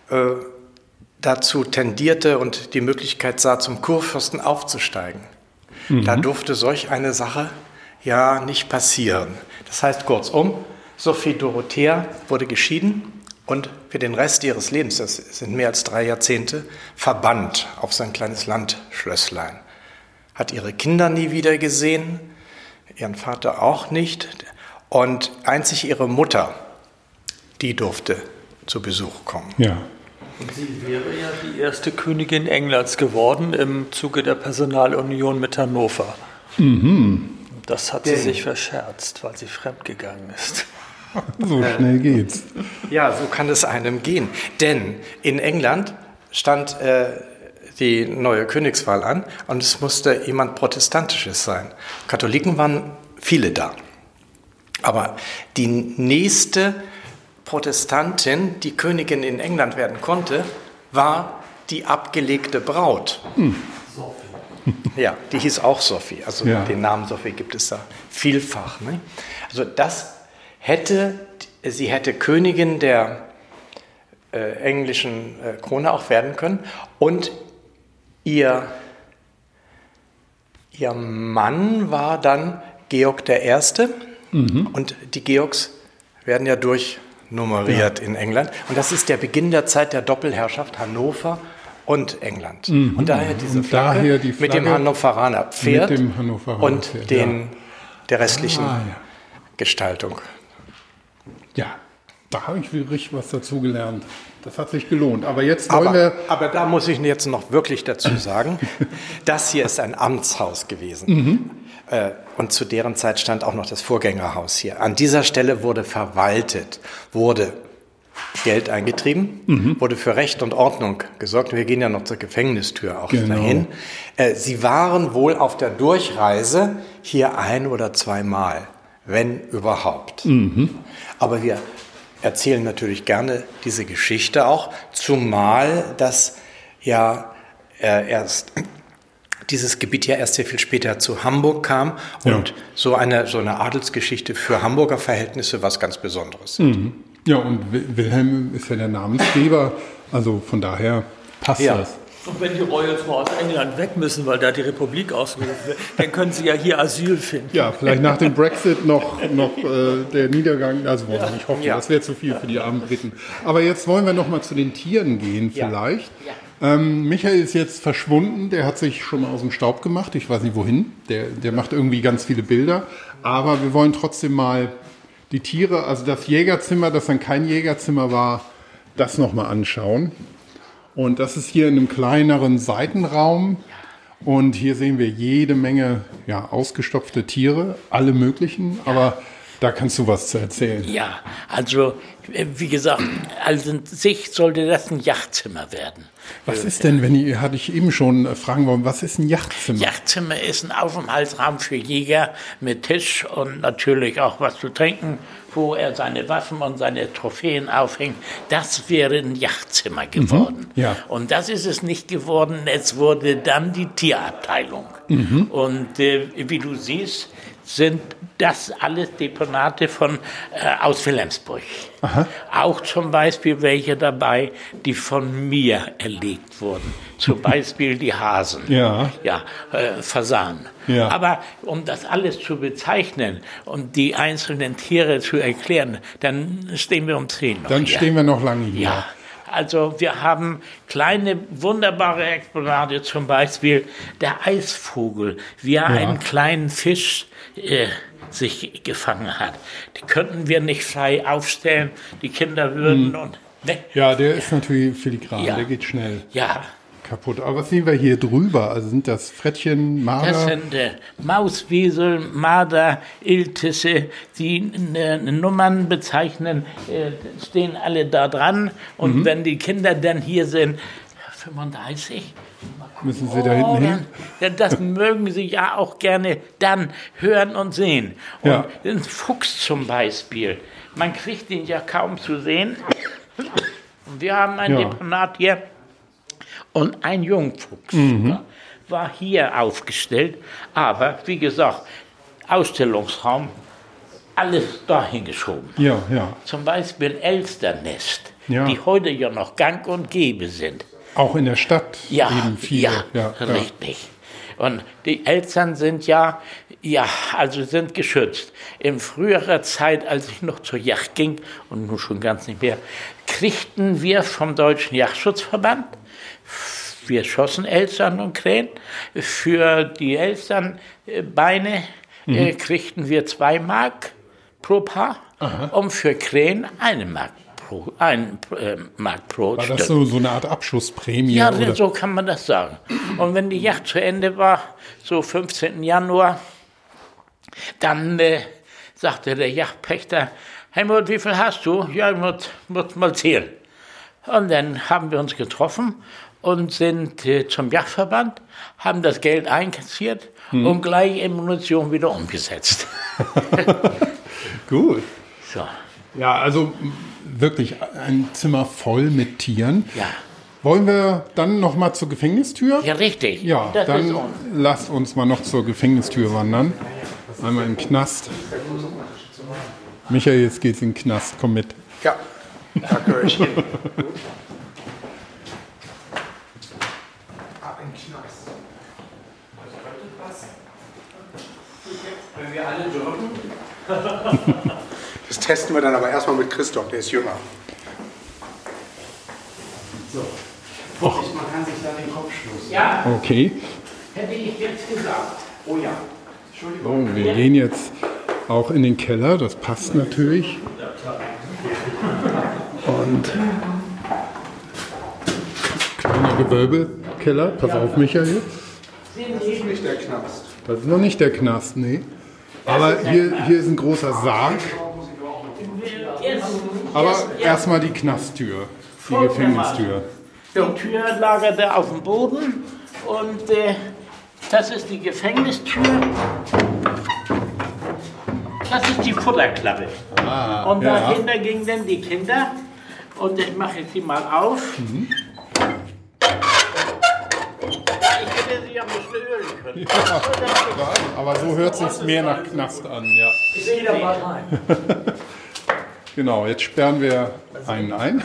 dazu tendierte und die Möglichkeit sah, zum Kurfürsten aufzusteigen. Da durfte solch eine Sache ja nicht passieren. Das heißt kurzum, Sophie Dorothea wurde geschieden und für den Rest ihres Lebens, das sind mehr als 3 Jahrzehnte, verbannt auf sein kleines Landschlösslein. Hat ihre Kinder nie wieder gesehen, ihren Vater auch nicht und einzig ihre Mutter, die durfte zu Besuch kommen. Ja. Und sie wäre ja die erste Königin Englands geworden im Zuge der Personalunion mit Hannover. Das hat sie sich verscherzt, weil sie fremdgegangen ist. So schnell geht's. Ja, so kann es einem gehen. Denn in England stand die neue Königswahl an und es musste jemand Protestantisches sein. Katholiken waren viele da. Aber die nächste Protestantin, die Königin in England werden konnte, war die abgelegte Braut. Sophie. Ja, die hieß auch Sophie. Also den Namen Sophie gibt es da vielfach. Ne? Also das sie hätte Königin der englischen Krone auch werden können. Und ihr Mann war dann Georg I. Und die Georgs werden ja durchnummeriert in England. Und das ist der Beginn der Zeit der Doppelherrschaft Hannover und England. Und daher diese Flagge, die Flagge mit dem Hannoveraner Pferd und der restlichen Gestaltung. Ja, da habe ich richtig was dazu gelernt. Das hat sich gelohnt. Aber jetzt wollen wir... Aber da muss ich jetzt noch wirklich dazu sagen, das hier ist ein Amtshaus gewesen. Und zu deren Zeit stand auch noch das Vorgängerhaus hier. An dieser Stelle wurde verwaltet, wurde Geld eingetrieben, wurde für Recht und Ordnung gesorgt. Wir gehen ja noch zur Gefängnistür auch dahin. Sie waren wohl auf der Durchreise hier 1 oder 2 Mal, wenn überhaupt. Aber wir erzählen natürlich gerne diese Geschichte auch, zumal das ja dieses Gebiet ja erst sehr viel später zu Hamburg kam und so eine Adelsgeschichte für Hamburger Verhältnisse was ganz Besonderes. Ja, und Wilhelm ist ja der Namensgeber, also von daher passt das. Und wenn die Royals mal aus England weg müssen, weil da die Republik ausgerufen wird, dann können sie ja hier Asyl finden. Ja, vielleicht nach dem Brexit noch der Niedergang, also wollen wir nicht hoffen, das wäre zu viel für die armen Briten. Aber jetzt wollen wir noch mal zu den Tieren gehen vielleicht. Michael ist jetzt verschwunden, der hat sich schon mal aus dem Staub gemacht, ich weiß nicht wohin, der macht irgendwie ganz viele Bilder, aber wir wollen trotzdem mal die Tiere, also das Jägerzimmer, das dann kein Jägerzimmer war, das noch mal anschauen. Und das ist hier in einem kleineren Seitenraum. Und hier sehen wir jede Menge ausgestopfte Tiere, alle möglichen. Aber da kannst du was zu erzählen. Ja, also wie gesagt, also in sich sollte das ein Yachtzimmer werden. Was ist denn, hatte ich eben schon fragen wollen, was ist ein Yachtzimmer? Yachtzimmer ist ein Aufenthaltsraum für Jäger mit Tisch und natürlich auch was zu trinken, wo er seine Waffen und seine Trophäen aufhängt. Das wäre ein Yachtzimmer geworden. Ja. Und das ist es nicht geworden. Es wurde dann die Tierabteilung. Und wie du siehst, sind das alles Deponate aus Wilhelmsburg. Aha. Auch zum Beispiel welche dabei, die von mir erlegt wurden. Zum Beispiel die Hasen, Fasanen. Ja. Aber um das alles zu bezeichnen und die einzelnen Tiere zu erklären, dann stehen wir um 10 noch Dann hier. stehen wir noch lange hier. Ja. Also wir haben kleine, wunderbare Exponate, zum Beispiel der Eisvogel, wie er einen kleinen Fisch sich gefangen hat. Die könnten wir nicht frei aufstellen, die Kinder würden Ja, der ist natürlich filigran, der geht schnell kaputt. Aber was sehen wir hier drüber? Also sind das Frettchen, Marder? Das sind Mauswiesel, Marder, Iltisse, die Nummern bezeichnen, stehen alle da dran. Und wenn die Kinder dann hier sind, 35, müssen sie da hinten hin? Das mögen sie ja auch gerne dann hören und sehen. Und den Fuchs zum Beispiel, man kriegt ihn ja kaum zu sehen. Und wir haben ein Deponat hier. Und ein Jungfuchs war hier aufgestellt, aber wie gesagt, Ausstellungsraum, alles dahin geschoben. Ja. Zum Beispiel Elsternest, Ja. die heute ja noch gang und gäbe sind. Auch in der Stadt eben viele. Richtig. Und die Elstern sind sind geschützt. In früherer Zeit, als ich noch zur Jagd ging, und nun schon ganz nicht mehr, kriegten wir vom Deutschen Jagdschutzverband, wir schossen Elstern und Krähen, für die Elsternbeine kriegten wir 2 Mark pro Paar und für Krähen 1 Mark pro War Stück. das so eine Art Abschussprämie? Ja, oder? so kann man das sagen. Und wenn die Jagd zu Ende war, so 15. Januar, dann sagte der Jagdpächter, Helmut, wie viel hast du? Ja, ich muss mal zählen. Und dann haben wir uns getroffen und sind zum Jagdverband, haben das Geld einkassiert und gleich in Munition wieder umgesetzt. Gut. So. Ja, also wirklich ein Zimmer voll mit Tieren. Ja. Wollen wir dann noch mal zur Gefängnistür? Ja, richtig. Ja, das dann ist uns. lass uns mal noch zur Gefängnistür wandern. Einmal im Knast. Michael, jetzt geht's in den Knast, komm mit. Ja, da gehöre ich hin. Ab in den Knast. Wenn wir alle dürfen. Das testen wir dann aber erstmal mit Christoph, der ist jünger. So. Man kann sich da den Kopf stoßen. Ja, Okay. hätte ich jetzt gesagt. Oh ja. So, wir gehen jetzt auch in den Keller, das passt natürlich. Und kleiner Gewölbekeller, pass auf, Michael. Das ist nicht der Knast. Das ist noch nicht der Knast, nee. Aber hier ist ein großer Sarg. Aber erstmal die Knasttür, die Gefängnistür. Die Tür lagerte auf dem Boden und das ist die Gefängnistür. Das ist die Futterklappe. Und ja. dahinter gingen dann die Kinder. Und ich mache sie mal auf. Ich hätte sie ja ein bisschen ölen können. Aber so hört sich mehr nach Knast an, ja. Ich gehe da mal rein. Genau, jetzt sperren wir einen ein.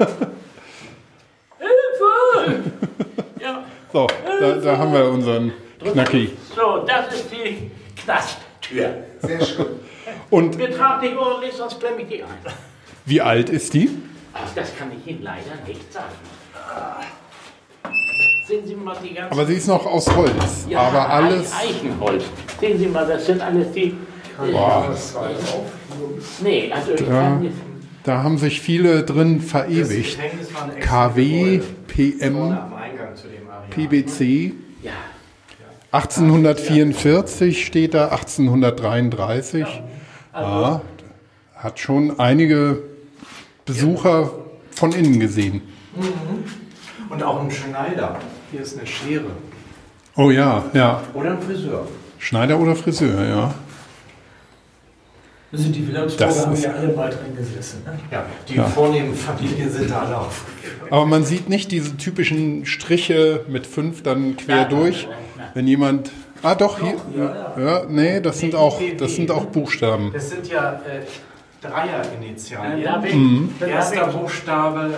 Hilfe! Ja, So, da haben wir unseren Knacki. so, das ist die Knasttür. Sehr schön. Und Betrag dich ordentlich, sonst klemme ich die ein. wie alt ist die? Ach, das kann ich Ihnen leider nicht sagen. Sehen Sie mal die ganzen... Aber sie ist noch aus Holz. Ja, aber alles. Eichenholz. Sehen Sie mal, das sind alles die... Boah, Nee, also ich kann nicht... da haben sich viele drin verewigt. KW, PM, Am Eingang zu dem Areal. PBC. Ja, 1844 steht da, 1833. Ja, hat schon einige Besucher von innen gesehen. Und auch ein Schneider. Hier ist eine Schere. Oh ja, ja. Oder ein Friseur. Schneider oder Friseur, ja. Also die Wilhelmsburger haben ja alle mal drin gesessen. Ne? Ja, die vornehmen Familien sind da alle auf. Aber man sieht nicht diese typischen Striche mit 5 dann quer durch. Wenn jemand. Ah doch, hier. Ja, nee, das sind auch Buchstaben. Das sind ja Dreierinitialien. da Erster Buchstabe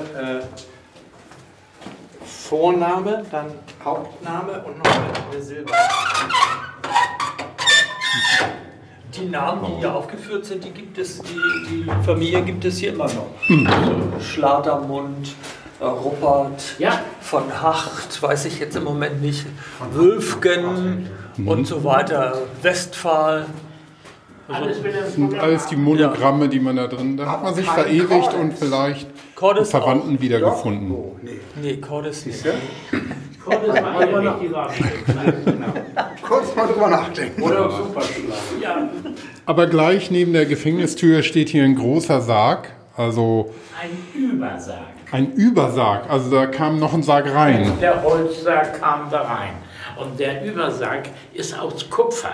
Vorname, dann Hauptname und noch eine Silber. Die Namen, die hier aufgeführt sind, die gibt es, die Familie gibt es hier immer noch. Also Schladermund, Ruppert, Ja. von Hacht, weiß ich jetzt im Moment nicht, Wülfgen und so weiter, Westphal. alles wieder Das sind alles die Monogramme, die man da drin. Da hat man sich verewigt und vielleicht Cordes Verwandten wiedergefunden. Oh, nee. Nee, Cordes nicht. Kurz mal drüber nachdenken. Oder Superschlag. Ja, Aber gleich neben der Gefängnistür steht hier ein großer Sarg, also ein Übersarg. ein Übersarg. Also da kam noch ein Sarg rein. Der Holzsarg kam da rein. Und der Übersarg ist aus Kupfer.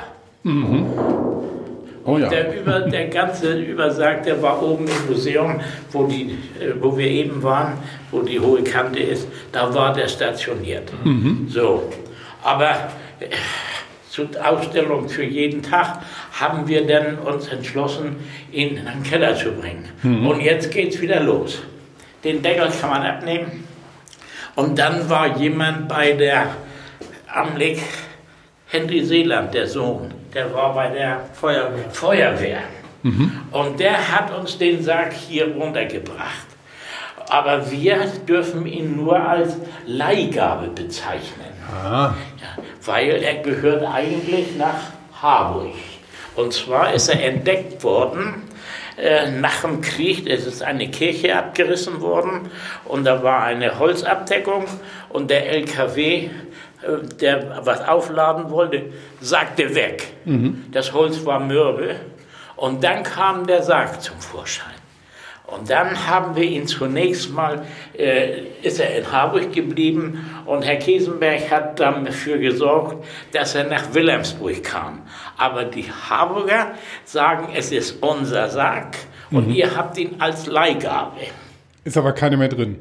Oh ja. Der ganze Übersarg, der war oben im Museum, wo wir eben waren, wo die Hohe Kante ist, da war der stationiert. So, aber zur Ausstellung für jeden Tag haben wir dann uns entschlossen, ihn in den Keller zu bringen. Und jetzt geht's wieder los. Den Deckel kann man abnehmen. Und dann war jemand bei der Amlik, Henry Seeland, der Sohn, der war bei der Feuerwehr. Und der hat uns den Sarg hier runtergebracht. Aber wir dürfen ihn nur als Leihgabe bezeichnen. Ja, weil er gehört eigentlich nach Harburg. Und zwar ist er entdeckt worden nach dem Krieg. Es ist eine Kirche abgerissen worden und da war eine Holzabdeckung und der LKW, der was aufladen wollte, sagte weg. Das Holz war mürbe und dann kam der Sarg zum Vorschein. Und dann haben wir ihn zunächst mal, ist er in Harburg geblieben und Herr Kiesenberg hat dafür gesorgt, dass er nach Wilhelmsburg kam. Aber die Harburger sagen, es ist unser Sarg und ihr habt ihn als Leihgabe. Ist aber keine mehr drin.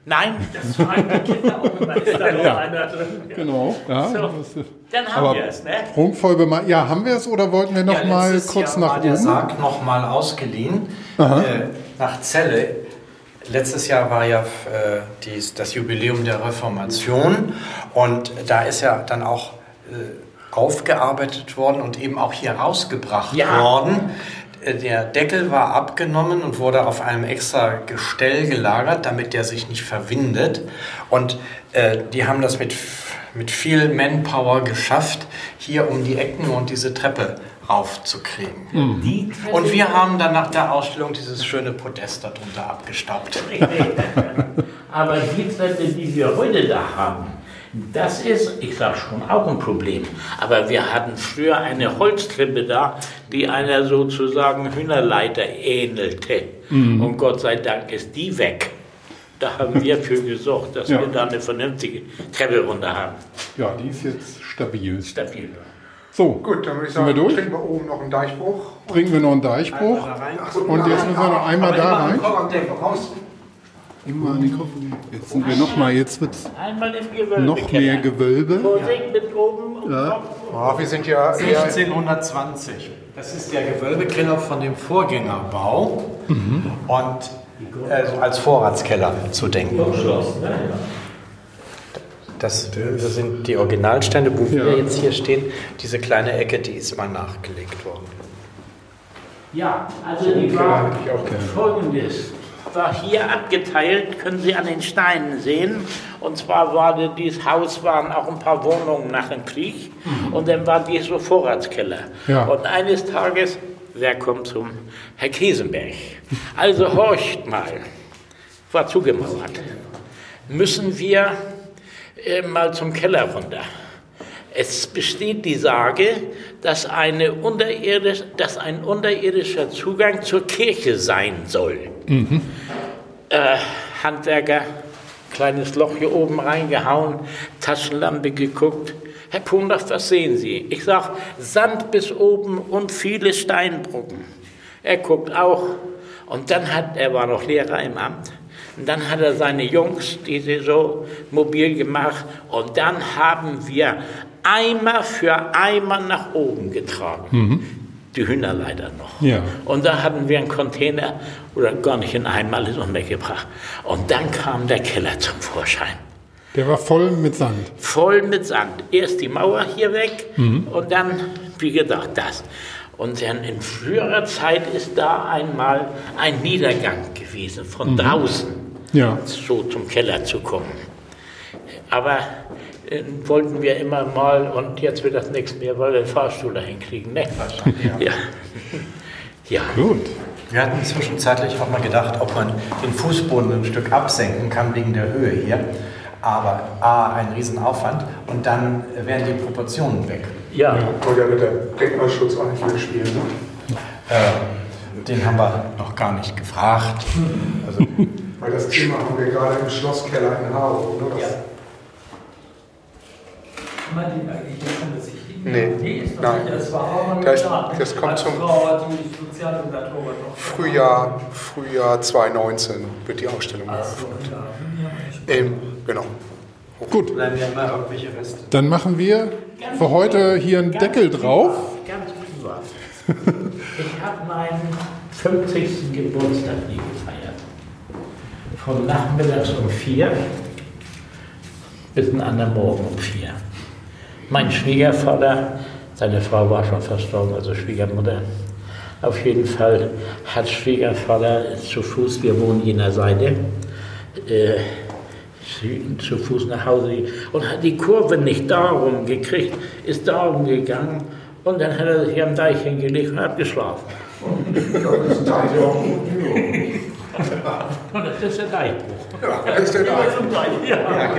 Nein, das war die Kinder auch immer. Ist da noch einer drin? Genau. Ja. So, dann haben wir es, ne? Prunkvoll bemalt. Ja, haben wir es oder wollten wir noch mal kurz Jahr nach war oben? der Sarg noch mal ausgeliehen nach Celle. Letztes Jahr war ja das Jubiläum der Reformation und da ist ja dann auch aufgearbeitet worden und eben auch hier rausgebracht worden. Der Deckel war abgenommen und wurde auf einem extra Gestell gelagert, damit der sich nicht verwindet. Und die haben das mit viel Manpower geschafft, hier um die Ecken und diese Treppe raufzukriegen. Die Treppe Und wir haben dann nach der Ausstellung dieses schöne Podest darunter abgestaubt. Aber die Treppe, die wir heute da haben, das ist, ich sag schon, auch ein Problem. Aber wir hatten früher eine Holztreppe da, die einer sozusagen Hühnerleiter ähnelte. Und Gott sei Dank ist die weg. Da haben wir für gesorgt, dass wir da eine vernünftige Treppe runter haben. Ja, die ist jetzt stabil. Stabil. So, Gut, dann würde ich Sind wir sagen, durch? trinken wir oben noch einen Deichbruch. bringen wir noch einen Deichbruch. Und jetzt müssen wir noch einmal da rein. Immer an die Kopf. Jetzt sind wir noch mal, jetzt wird es Einmal im Gewölbe. noch mehr Gewölbe. Vorsicht mit oben und Kopf. Wir sind ja eher 1620. Das ist der Gewölbekeller von dem Vorgängerbau und so als Vorratskeller zu denken. Das sind die Originalstände, wo wir jetzt hier stehen. Diese kleine Ecke, die ist mal nachgelegt worden. Ja, also die war folgendes. War hier abgeteilt, können Sie an den Steinen sehen. Und zwar war dieses Haus, waren auch ein paar Wohnungen nach dem Krieg. Und dann war dies so Vorratskeller. Ja. Und eines Tages, wer kommt zum Herr Kesenberg? Also horcht mal, war zugemauert. Müssen wir mal zum Keller runter. Es besteht die Sage, dass ein unterirdischer Zugang zur Kirche sein soll. Handwerker, kleines Loch hier oben reingehauen, Taschenlampe geguckt. Herr Pondorf, was sehen Sie? Ich sag, Sand bis oben und viele Steinbrocken. Er guckt auch. Und dann er war noch Lehrer im Amt. Und dann hat er seine Jungs, die sie so mobil gemacht. Und dann haben wir Eimer für Eimer nach oben getragen. Die Hühnerleiter noch. Ja. Und da hatten wir einen Container, oder gar nicht in einem, alles untergebracht. Und dann kam der Keller zum Vorschein. Der war voll mit Sand. Voll mit Sand. Erst die Mauer hier weg und dann, wie gesagt, das. Und dann in früherer Zeit ist da einmal ein Niedergang gewesen, von draußen so zum Keller zu kommen. Aber wollten wir immer mal, und jetzt wird das nichts mehr, weil wir den Fahrstuhl dahin kriegen, ne? Ja. Gut. Wir hatten zwischenzeitlich auch mal gedacht, ob man den Fußboden ein Stück absenken kann wegen der Höhe hier. Aber ein Riesenaufwand und dann wären die Proportionen weg. Ja. Und ja mit der Denkmalschutz auch nicht mitspielen. Ne? Den haben wir noch gar nicht gefragt. Also, Weil das Thema haben wir gerade im Schlosskeller in Harburg. Ne? Kann man den eigentlich nicht schon besichtigen? Nee, ist das nein. nicht. Das war auch mal Das- geplant. das kommt Als zum- Frau die Sozialredaktorin noch. Frühjahr 2019 wird die Ausstellung eröffnet. Genau. Gut, bleiben ja immer irgendwelche Reste. dann machen wir für heute hier einen Deckel drauf. Ganz privat. Ich habe meinen 50. Geburtstag nie gefeiert. Von nachmittags um 4 bis den anderen Morgen um 4. Mein Schwiegervater, seine Frau war schon verstorben, also Schwiegermutter. Auf jeden Fall hat Schwiegervater zu Fuß, wir wohnen jener Seite, zu Fuß nach Hause und hat die Kurve nicht darum gekriegt, ist darum gegangen und dann hat er sich am Deich hingelegt und hat geschlafen. Und das ist der Deichbruch. Ja, das ist der Ja.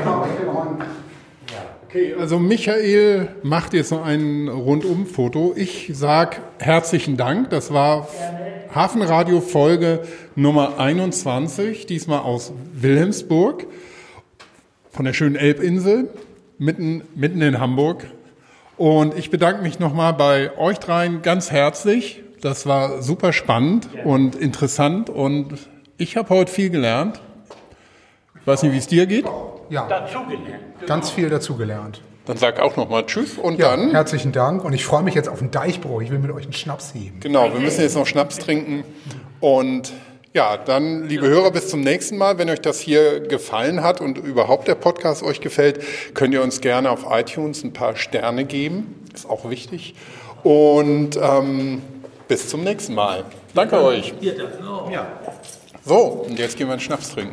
Okay, also Michael macht jetzt noch ein Rundum-Foto. Ich sage herzlichen Dank. Das war Hafenradio Folge Nummer 21, diesmal aus Wilhelmsburg, von der schönen Elbinsel, mitten in Hamburg. Und ich bedanke mich nochmal bei euch dreien ganz herzlich. Das war super spannend und interessant und ich habe heute viel gelernt. Ich weiß nicht, wie es dir geht. Ja, ganz viel dazugelernt. Dann sag auch nochmal Tschüss und Ja, dann... herzlichen Dank und ich freue mich jetzt auf den Deichbruch. Ich will mit euch einen Schnaps heben. Genau, wir müssen jetzt noch Schnaps trinken. Und ja, dann, liebe Hörer, bis zum nächsten Mal. Wenn euch das hier gefallen hat und überhaupt der Podcast euch gefällt, könnt ihr uns gerne auf iTunes ein paar Sterne geben. Ist auch wichtig. Und bis zum nächsten Mal. Danke euch. So, und jetzt gehen wir einen Schnaps trinken.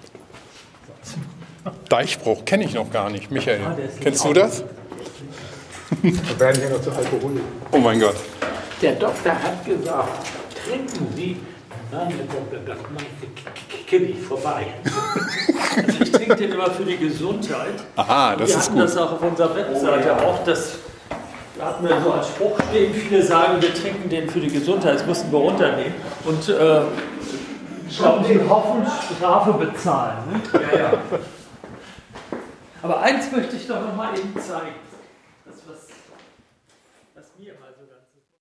Deichbruch kenne ich noch gar nicht. Michael, kennst du das? Wir werden hier noch zu Alkohol. Oh mein Gott. Der Doktor hat gesagt, trinken Sie. Nein, Herr Doktor, das kenne ich vorbei. Also ich trinke den immer für die Gesundheit. Aha, das Wir ist hatten gut. das auch auf unserer Webseite auch. Da hatten wir so als Spruch stehen, viele sagen, wir trinken den für die Gesundheit, das mussten wir runternehmen. Und Sie hoffen, Strafe bezahlen. Ne? Aber eins möchte ich doch noch mal eben zeigen.